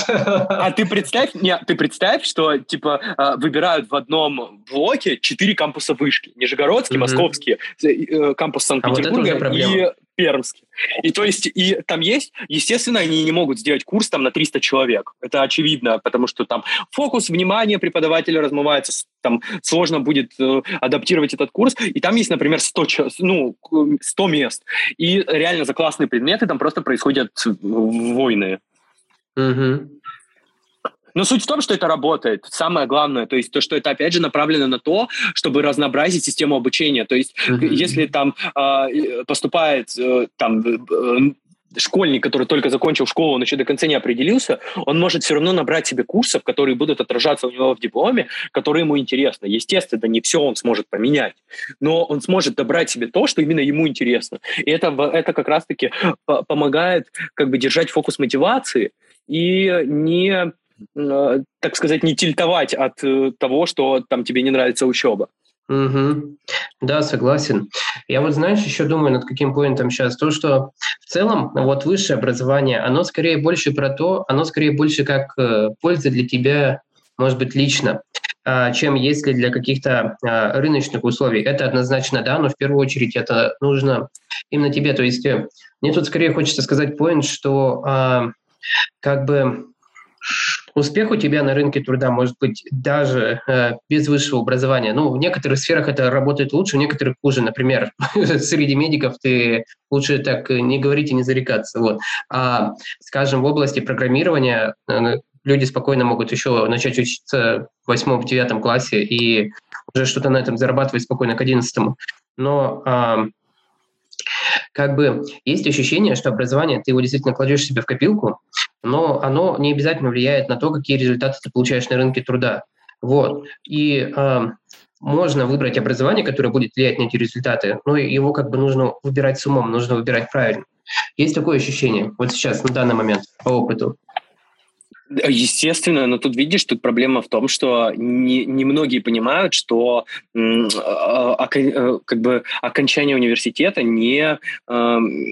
[SPEAKER 2] А
[SPEAKER 1] Аркаш.
[SPEAKER 2] ты представь, не, ты представь, что типа э, выбирают в одном блоке четыре кампуса вышки: Нижегородский,
[SPEAKER 1] Мгм.
[SPEAKER 2] Московский, э, э, кампус
[SPEAKER 1] А вот это
[SPEAKER 2] Санкт-Петербурга
[SPEAKER 1] уже проблема.
[SPEAKER 2] и Пермский. И то есть и там есть, естественно, они не могут сделать курс там на триста человек. Это очевидно, потому что там фокус внимания преподавателя размывается, с- там сложно будет э, адаптировать этот курс. И там есть, например, сто, ча- ну, к- сто мест. И реально за классные предметы там просто происходят э, войны.
[SPEAKER 1] Мгм.
[SPEAKER 2] Но суть в том, что это работает. Самое главное, то есть то, что это опять же направлено на то, чтобы разнообразить систему обучения. То есть к- если
[SPEAKER 1] Мгм.
[SPEAKER 2] там а, э, поступает э, там э, школьник, который только закончил школу, он еще до конца не определился, он может все равно набрать себе курсов, которые будут отражаться у него в дипломе, которые ему интересны. Естественно, не все он сможет поменять, но он сможет добрать себе то, что именно ему интересно. И это, в- это как раз-таки по- помогает как бы держать фокус мотивации и не э, так сказать, не тильтовать от э, того, что там тебе не нравится учеба.
[SPEAKER 1] Мгм. Да, согласен. Я вот, знаешь, еще думаю над каким поинтом сейчас. То, что в целом вот высшее образование, оно скорее больше про то, оно скорее больше как э, польза для тебя, может быть, лично, а, чем если для каких-то а, рыночных условий. Это однозначно да, но в первую очередь это нужно именно тебе. То есть э, мне тут скорее хочется сказать поинт, что а, как бы успех у тебя на рынке труда может быть даже э, без высшего образования. Ну, в некоторых сферах это работает лучше, в некоторых хуже. Например, среди медиков ты лучше так не говорить и не зарекаться. Вот. А, скажем, в области программирования э, люди спокойно могут еще начать учиться в восьмом-девятом классе и уже что-то на этом зарабатывать спокойно к одиннадцатому. Но а, как бы есть ощущение, что образование, ты его действительно кладешь себе в копилку, но оно не обязательно влияет на то, какие результаты ты получаешь на рынке труда. Вот. И а, можно выбрать образование, которое будет влиять на эти результаты, но его как бы нужно выбирать с умом, нужно выбирать правильно. Есть такое ощущение вот сейчас, на данный момент, по опыту.
[SPEAKER 2] Естественно, но тут, видишь, тут проблема в том, что не, не многие понимают, что м, а, а, э, как бы окончание университета не, эм,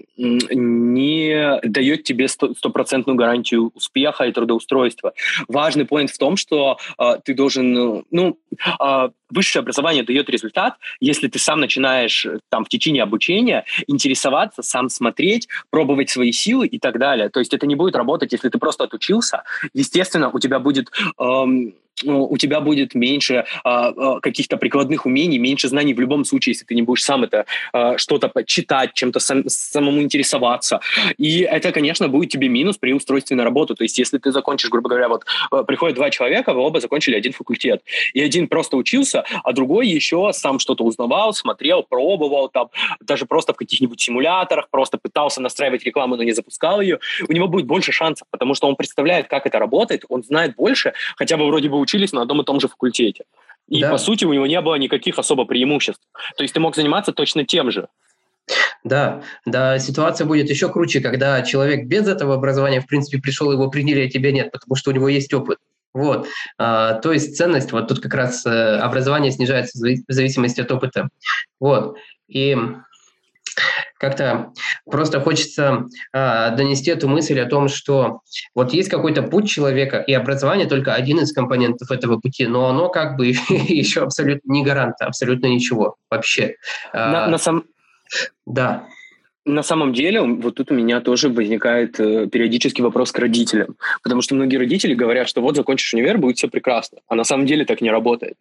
[SPEAKER 2] не дает тебе сто- стопроцентную гарантию успеха и трудоустройства. Важный поинт в том, что э, ты должен, э, ну, э, высшее образование дает результат, если ты сам начинаешь э, там в течение обучения интересоваться, сам смотреть, пробовать свои силы и так далее. То есть это не будет работать, если ты просто отучился. Естественно, у тебя будет эм, у тебя будет меньше а, а, каких-то прикладных умений, меньше знаний в любом случае, если ты не будешь сам это а, что-то читать, чем-то сам, самому интересоваться. И это, конечно, будет тебе минус при устройстве на работу. То есть если ты закончишь, грубо говоря, вот приходят два человека, вы оба закончили один факультет, и один просто учился, а другой еще сам что-то узнавал, смотрел, пробовал, там, даже просто в каких-нибудь симуляторах, просто пытался настраивать рекламу, но не запускал ее, у него будет больше шансов, потому что он представляет, как это работает, он знает больше, хотя бы вроде бы учились на одном и том же факультете. И, да. по сути, у него не было никаких особо преимуществ. То есть ты мог заниматься точно тем же.
[SPEAKER 1] Да, да, ситуация будет еще круче, когда человек без этого образования, в принципе, пришел, его приняли, а тебя нет, потому что у него есть опыт. Вот, а, то есть ценность, вот тут как раз а, образование снижается в зависимости от опыта. Вот, и как-то просто хочется а, донести эту мысль о том, что вот есть какой-то путь человека, и образование только один из компонентов этого пути, но оно как бы еще абсолютно не гарант, абсолютно ничего вообще.
[SPEAKER 2] На, на сам...
[SPEAKER 1] Да.
[SPEAKER 2] На самом деле, вот тут у меня тоже возникает э, периодически вопрос к родителям, потому что многие родители говорят, что вот закончишь универ, будет все прекрасно, а на самом деле так не работает.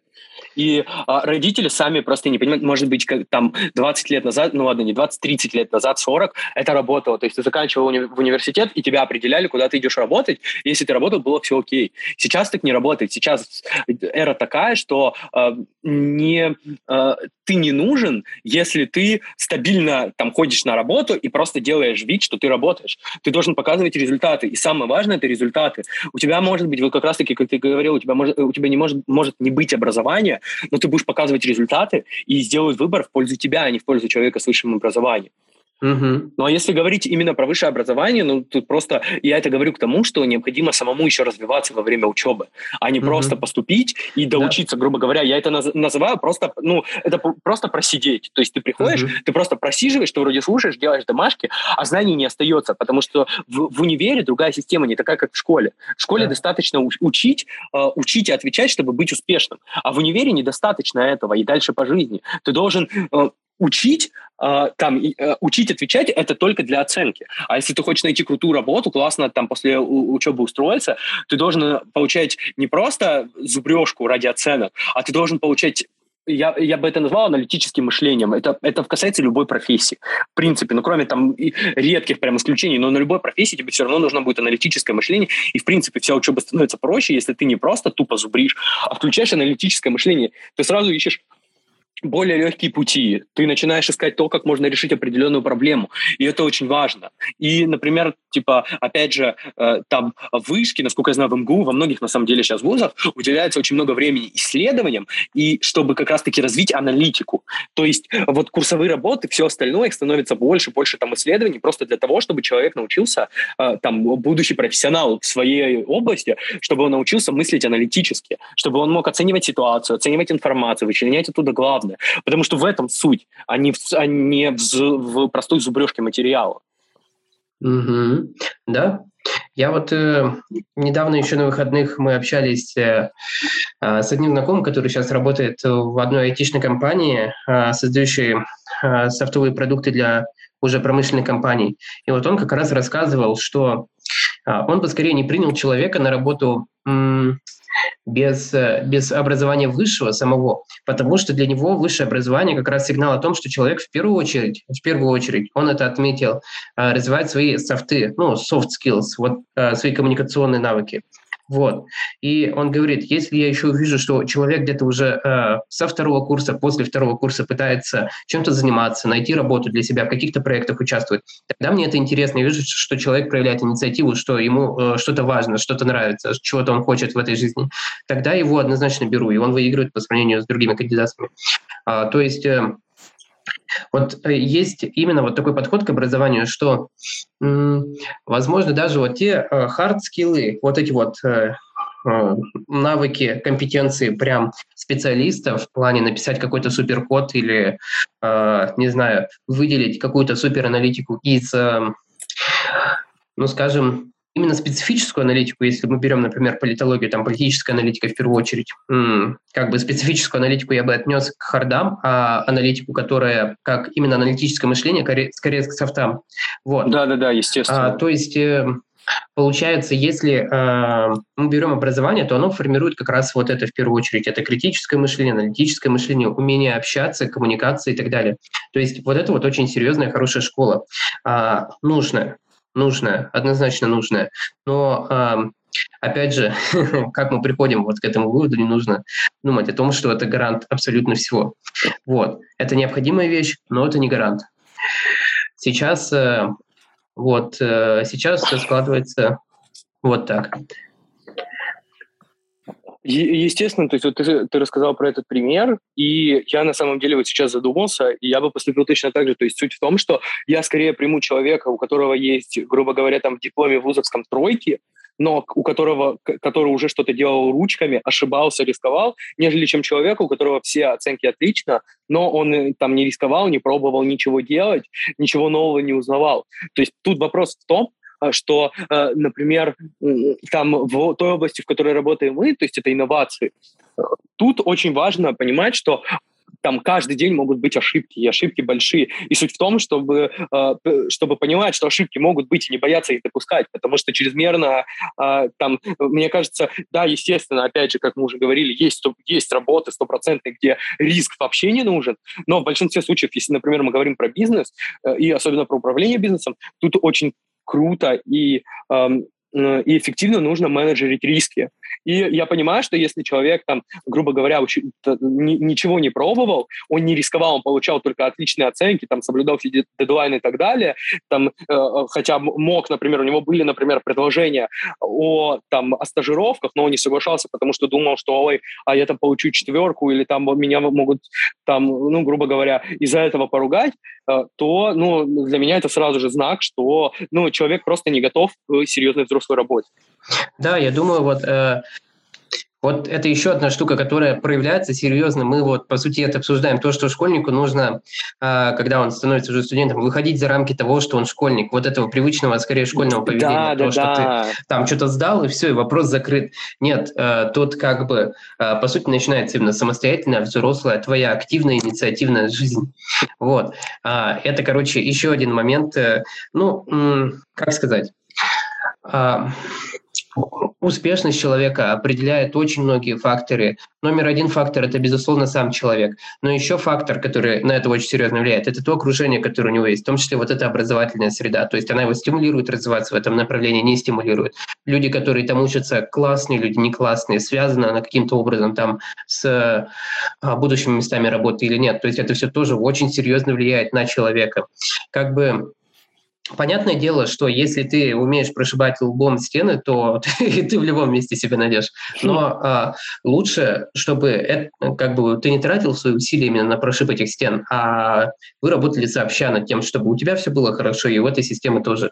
[SPEAKER 2] И а, родители сами просто не понимают, может быть, как, там двадцать лет назад, ну ладно, не двадцать, тридцать лет назад, сорок, это работало. То есть ты заканчивал уни- в университет, и тебя определяли, куда ты идешь работать. Если ты работал, было все окей. Сейчас так не работает. Сейчас эра такая, что э, не, э, ты не нужен, если ты стабильно там ходишь на работу и просто делаешь вид, что ты работаешь. Ты должен показывать результаты. И самое важное – это результаты. У тебя может быть, вот как раз-таки, как ты говорил, у тебя, может, у тебя не может, может не быть образования, но ты будешь показывать результаты и сделать выбор в пользу тебя, а не в пользу человека с высшим образованием.
[SPEAKER 1] Угу.
[SPEAKER 2] Ну, а если говорить именно про высшее образование, ну, тут просто я это говорю к тому, что необходимо самому еще развиваться во время учебы, а не угу. просто поступить и доучиться, да. грубо говоря. Я это наз- называю просто, ну, это просто просидеть. То есть ты приходишь, угу. ты просто просиживаешь, ты вроде слушаешь, делаешь домашки, а знаний не остается, потому что в, в универе другая система, не такая, как в школе. В школе да. достаточно учить, э, учить и отвечать, чтобы быть успешным. А в универе недостаточно этого, и дальше по жизни. Ты должен... Э, Учить, э, там, э, учить отвечать – это только для оценки. А если ты хочешь найти крутую работу, классно там после у- учебы устроиться, ты должен получать не просто зубрежку ради оценок, а ты должен получать, я, я бы это назвал аналитическим мышлением. Это, это касается любой профессии. В принципе, ну кроме там редких прям исключений, но на любой профессии тебе все равно нужно будет аналитическое мышление. И в принципе вся учеба становится проще, если ты не просто тупо зубришь, а включаешь аналитическое мышление. Ты сразу ищешь более легкие пути. Ты начинаешь искать то, как можно решить определенную проблему. И это очень важно. И, например, типа, опять же, э, там вышки, насколько я знаю, в эм гэ у, во многих, на самом деле, сейчас вузах уделяется очень много времени исследованиям, и чтобы как раз-таки развить аналитику. То есть вот курсовые работы, все остальное, их становится больше, больше там исследований, просто для того, чтобы человек научился, э, там, будущий профессионал в своей области, чтобы он научился мыслить аналитически, чтобы он мог оценивать ситуацию, оценивать информацию, вычленять оттуда главное. Потому что в этом суть, а не в, а не в, в простой зубрежке материала.
[SPEAKER 1] Угу. Да. Я вот э, недавно еще на выходных мы общались э, э, с одним знакомым, который сейчас работает в одной айтишной компании, э, создающей э, софтовые продукты для уже промышленных компаний. И вот он как раз рассказывал, что э, он бы скорее не принял человека на работу м- без, без образования высшего самого, потому что для него высшее образование как раз сигнал о том, что человек в первую очередь, в первую очередь, он это отметил, развивает свои софты, ну, soft skills, вот, свои коммуникационные навыки. Вот. И он говорит, если я еще увижу, что человек где-то уже э, со второго курса, после второго курса пытается чем-то заниматься, найти работу для себя, в каких-то проектах участвует, тогда мне это интересно. Я вижу, что человек проявляет инициативу, что ему э, что-то важно, что-то нравится, чего-то он хочет в этой жизни. Тогда его однозначно беру, и он выигрывает по сравнению с другими кандидатами. А, то есть... Э, Вот есть именно вот такой подход к образованию, что, м, возможно, даже вот те хард-скиллы, вот эти вот э, э, навыки, компетенции прям специалистов в плане написать какой-то суперкод или, э, не знаю, выделить какую-то супераналитику из, э, ну, скажем, именно специфическую аналитику, если мы берем, например, политологию, там политическая аналитика в первую очередь, м, как бы специфическую аналитику я бы отнес к хардам, а аналитику, которая как именно аналитическое мышление, скорее к софтам. Вот.
[SPEAKER 2] Да-да-да, естественно.
[SPEAKER 1] А, то есть э, получается, если э, мы берем образование, то оно формирует как раз вот это в первую очередь. Это критическое мышление, аналитическое мышление, умение общаться, коммуникация и так далее. То есть вот это вот очень серьезная, хорошая школа. А, нужная, нужная, однозначно нужная. Но... А, опять же, как мы приходим вот к этому выводу, не нужно думать о том, что это гарант абсолютно всего. Вот. Это необходимая вещь, но это не гарант. Сейчас, э, вот, э, сейчас все складывается вот так.
[SPEAKER 2] Естественно, то есть вот ты, ты рассказал про этот пример, и я на самом деле вот сейчас задумался, и я бы поступил точно так же. То есть суть в том, что я скорее приму человека, у которого есть, грубо говоря, там в дипломе вузовском тройки, но у которого, который уже что-то делал ручками, ошибался, рисковал, нежели чем человека, у которого все оценки отлично, но он там не рисковал, не пробовал ничего делать, ничего нового не узнавал. То есть тут вопрос в том, что, например, там в той области, в которой работаем мы, то есть это инновации, тут очень важно понимать, что там каждый день могут быть ошибки, и ошибки большие. И суть в том, чтобы, чтобы понимать, что ошибки могут быть, и не бояться их допускать, потому что чрезмерно, там, мне кажется, да, естественно, опять же, как мы уже говорили, есть, есть работы стопроцентные, где риск вообще не нужен, но в большинстве случаев, если, например, мы говорим про бизнес, и особенно про управление бизнесом, тут очень круто и, эм, и эффективно нужно менеджерить риски. И я понимаю, что если человек, там, грубо говоря, уч... ничего не пробовал, он не рисковал, он получал только отличные оценки, там, соблюдал все дедлайны и так далее, там, э, хотя мог, например, у него были, например, предложения о, там, о стажировках, но он не соглашался, потому что думал, что, ой, а я там получу четверку, или там меня могут, там, ну, грубо говоря, из-за этого поругать, э, то, ну, для меня это сразу же знак, что, ну, человек просто не готов к серьезной взрослой работе.
[SPEAKER 1] Да, я думаю, вот, э, вот это еще одна штука, которая проявляется серьезно. Мы вот, по сути, это обсуждаем. То, что школьнику нужно, э, когда он становится уже студентом, выходить за рамки того, что он школьник. Вот этого привычного, скорее, школьного поведения.
[SPEAKER 2] Да,
[SPEAKER 1] то,
[SPEAKER 2] да,
[SPEAKER 1] что
[SPEAKER 2] да.
[SPEAKER 1] ты там что-то сдал, и все, и вопрос закрыт. Нет, э, тут как бы, э, по сути, начинается именно самостоятельная, взрослая, твоя активная, инициативная жизнь. Вот. А, это, короче, еще один момент. Э, ну, м- как сказать... А, успешность человека определяет очень многие факторы. Номер один фактор – это, безусловно, сам человек. Но еще фактор, который на это очень серьезно влияет, это то окружение, которое у него есть, в том числе вот эта образовательная среда. То есть она его стимулирует развиваться в этом направлении, не стимулирует. Люди, которые там учатся, классные люди, не классные, связаны она каким-то образом там с а, будущими местами работы или нет. То есть это все тоже очень серьезно влияет на человека. Как бы понятное дело, что если ты умеешь прошибать лбом стены, то ты, ты в любом месте себя найдешь. Но а, лучше, чтобы это, как бы, ты не тратил свои усилия именно на прошиб этих стен, а вы работали сообща над тем, чтобы у тебя все было хорошо, и у этой системы тоже.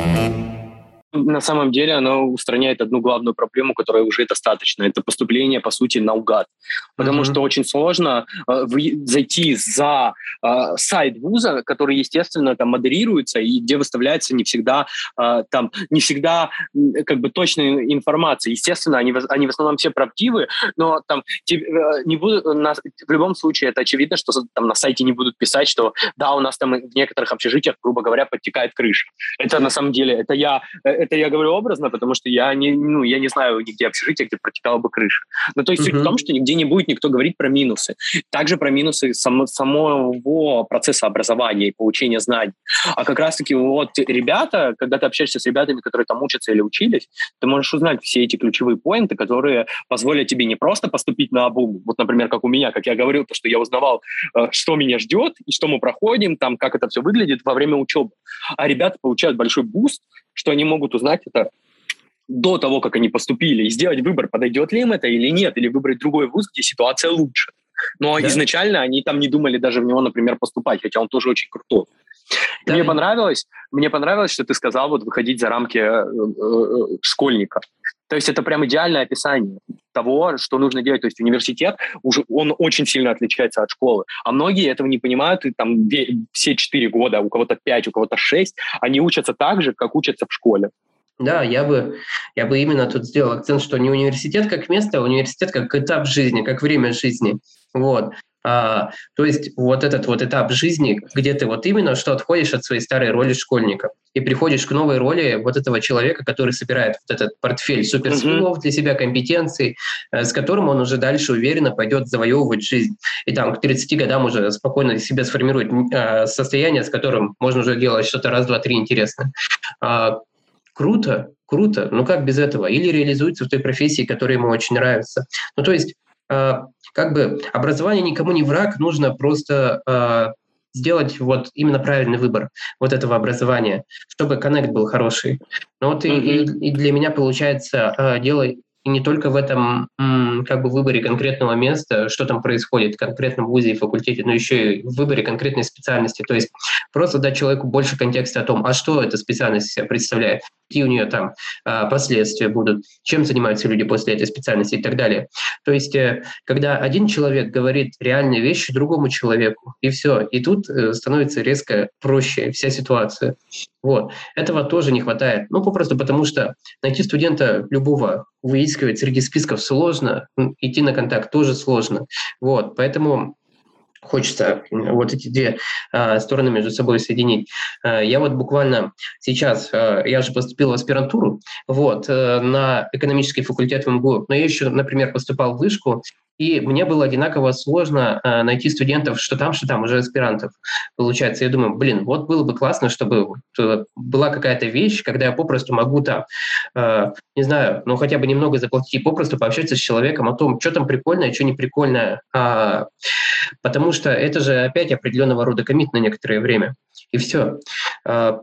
[SPEAKER 2] На самом деле оно устраняет одну главную проблему, которая уже достаточно. Это поступление, по сути, наугад. Потому mm-hmm. что очень сложно э, в, зайти за э, сайт вуза, который, естественно, там модерируется и где выставляется не всегда, э, там, не всегда э, как бы точная информация. Естественно, они, они в основном все правдивы, но там тебе, э, не будут, на, в любом случае это очевидно, что там на сайте не будут писать, что да, у нас там в некоторых общежитиях, грубо говоря, подтекает крыша. Это на самом деле, это я... Это я говорю образно, потому что я не, ну, я не знаю нигде общежития, где протекала бы крыша. Ну, то есть uh-huh. суть в том, что нигде не будет никто говорить про минусы. Также про минусы само, самого процесса образования и получения знаний. А как раз-таки вот ребята, когда ты общаешься с ребятами, которые там учатся или учились, ты можешь узнать все эти ключевые поинты, которые позволят тебе не просто поступить на обум, вот, например, как у меня, как я говорил, то, что я узнавал, что меня ждет и что мы проходим, там, как это все выглядит во время учебы. А ребята получают большой буст, что они могут узнать это до того, как они поступили, и сделать выбор, подойдет ли им это или нет, или выбрать другой вуз, где ситуация лучше. Но да. изначально они там не думали даже в него, например, поступать, хотя он тоже очень крутой. Да. Мне понравилось, мне понравилось, что ты сказал вот выходить за рамки э, э, школьника. То есть это прям идеальное описание того, что нужно делать. То есть университет, уже, он очень сильно отличается от школы. А многие этого не понимают, и там все четыре года, у кого-то пять, у кого-то шесть, они учатся так же, как учатся в школе.
[SPEAKER 1] Да, я бы, я бы именно тут сделал акцент, что не университет как место, а университет как этап жизни, как время жизни. Вот. А, то есть вот этот вот этап жизни, где ты вот именно что отходишь от своей старой роли школьника и приходишь к новой роли вот этого человека, который собирает вот этот портфель суперскиллов для себя, компетенций, с которым он уже дальше уверенно пойдет завоевывать жизнь. И там к тридцати годам уже спокойно себе сформирует э, состояние, с которым можно уже делать что-то раз, два, три интересное. А, круто, круто. Ну как без этого? Или реализуется в той профессии, которая ему очень нравится. Ну то есть э, как бы образование никому не враг, нужно просто э, сделать вот именно правильный выбор вот этого образования, чтобы коннект был хороший. Ну вот mm-hmm. и, и, и для меня получается э, дело и не только в этом м, как бы выборе конкретного места, что там происходит в конкретном вузе и факультете, но еще и в выборе конкретной специальности. То есть просто дать человеку больше контекста о том, а что эта специальность себя представляет, какие у нее там а, последствия будут, чем занимаются люди после этой специальности и так далее. То есть э, когда один человек говорит реальные вещи другому человеку, и все, и тут э, становится резко проще вся ситуация. Вот. Этого тоже не хватает. Ну, попросту потому, что найти студента любого выискивать среди списков сложно, идти на контакт тоже сложно. Вот. Поэтому хочется вот эти две а, стороны между собой соединить. А, я вот буквально сейчас, а, я же поступил в аспирантуру вот, а, на экономический факультет в эм гэ у, но я еще, например, поступал в вышку, и мне было одинаково сложно а, найти студентов, что там, что там, уже аспирантов. Получается, я думаю, блин, вот было бы классно, чтобы вот, была какая-то вещь, когда я попросту могу там, а, не знаю, ну хотя бы немного заплатить и попросту пообщаться с человеком о том, что там прикольное, что не прикольное, а, потому что это же опять определенного рода коммит на некоторое время. И все. А,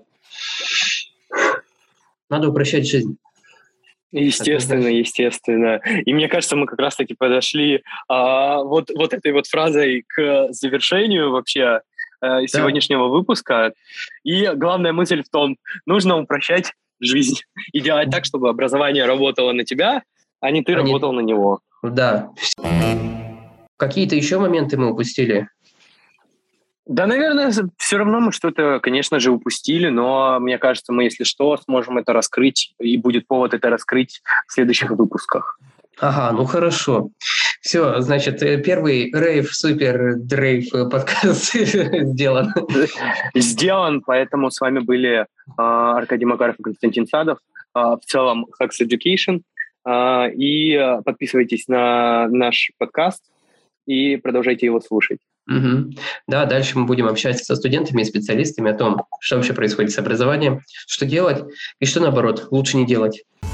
[SPEAKER 1] надо упрощать жизнь.
[SPEAKER 2] Естественно, естественно. И мне кажется, мы как раз-таки подошли а, вот, вот этой вот фразой к завершению вообще а, сегодняшнего да. выпуска. И главная мысль в том, нужно упрощать жизнь и делать так, чтобы образование работало на тебя, а не ты а работал не... на него.
[SPEAKER 1] Да. Какие-то еще моменты мы упустили?
[SPEAKER 2] Да, наверное, все равно мы что-то, конечно же, упустили, но мне кажется, мы, если что, сможем это раскрыть, и будет повод это раскрыть в следующих выпусках.
[SPEAKER 1] Ага, ну хорошо. Все, значит, первый рейв, супер дрейв подкаст сделан.
[SPEAKER 2] Сделан, поэтому с вами были Аркадий Макаров и Константин Садов. В целом, Hacks Education. И подписывайтесь на наш подкаст и продолжайте его слушать.
[SPEAKER 1] Угу. Да, дальше мы будем общаться со студентами и специалистами о том, что вообще происходит с образованием, что делать и что, наоборот, лучше не делать.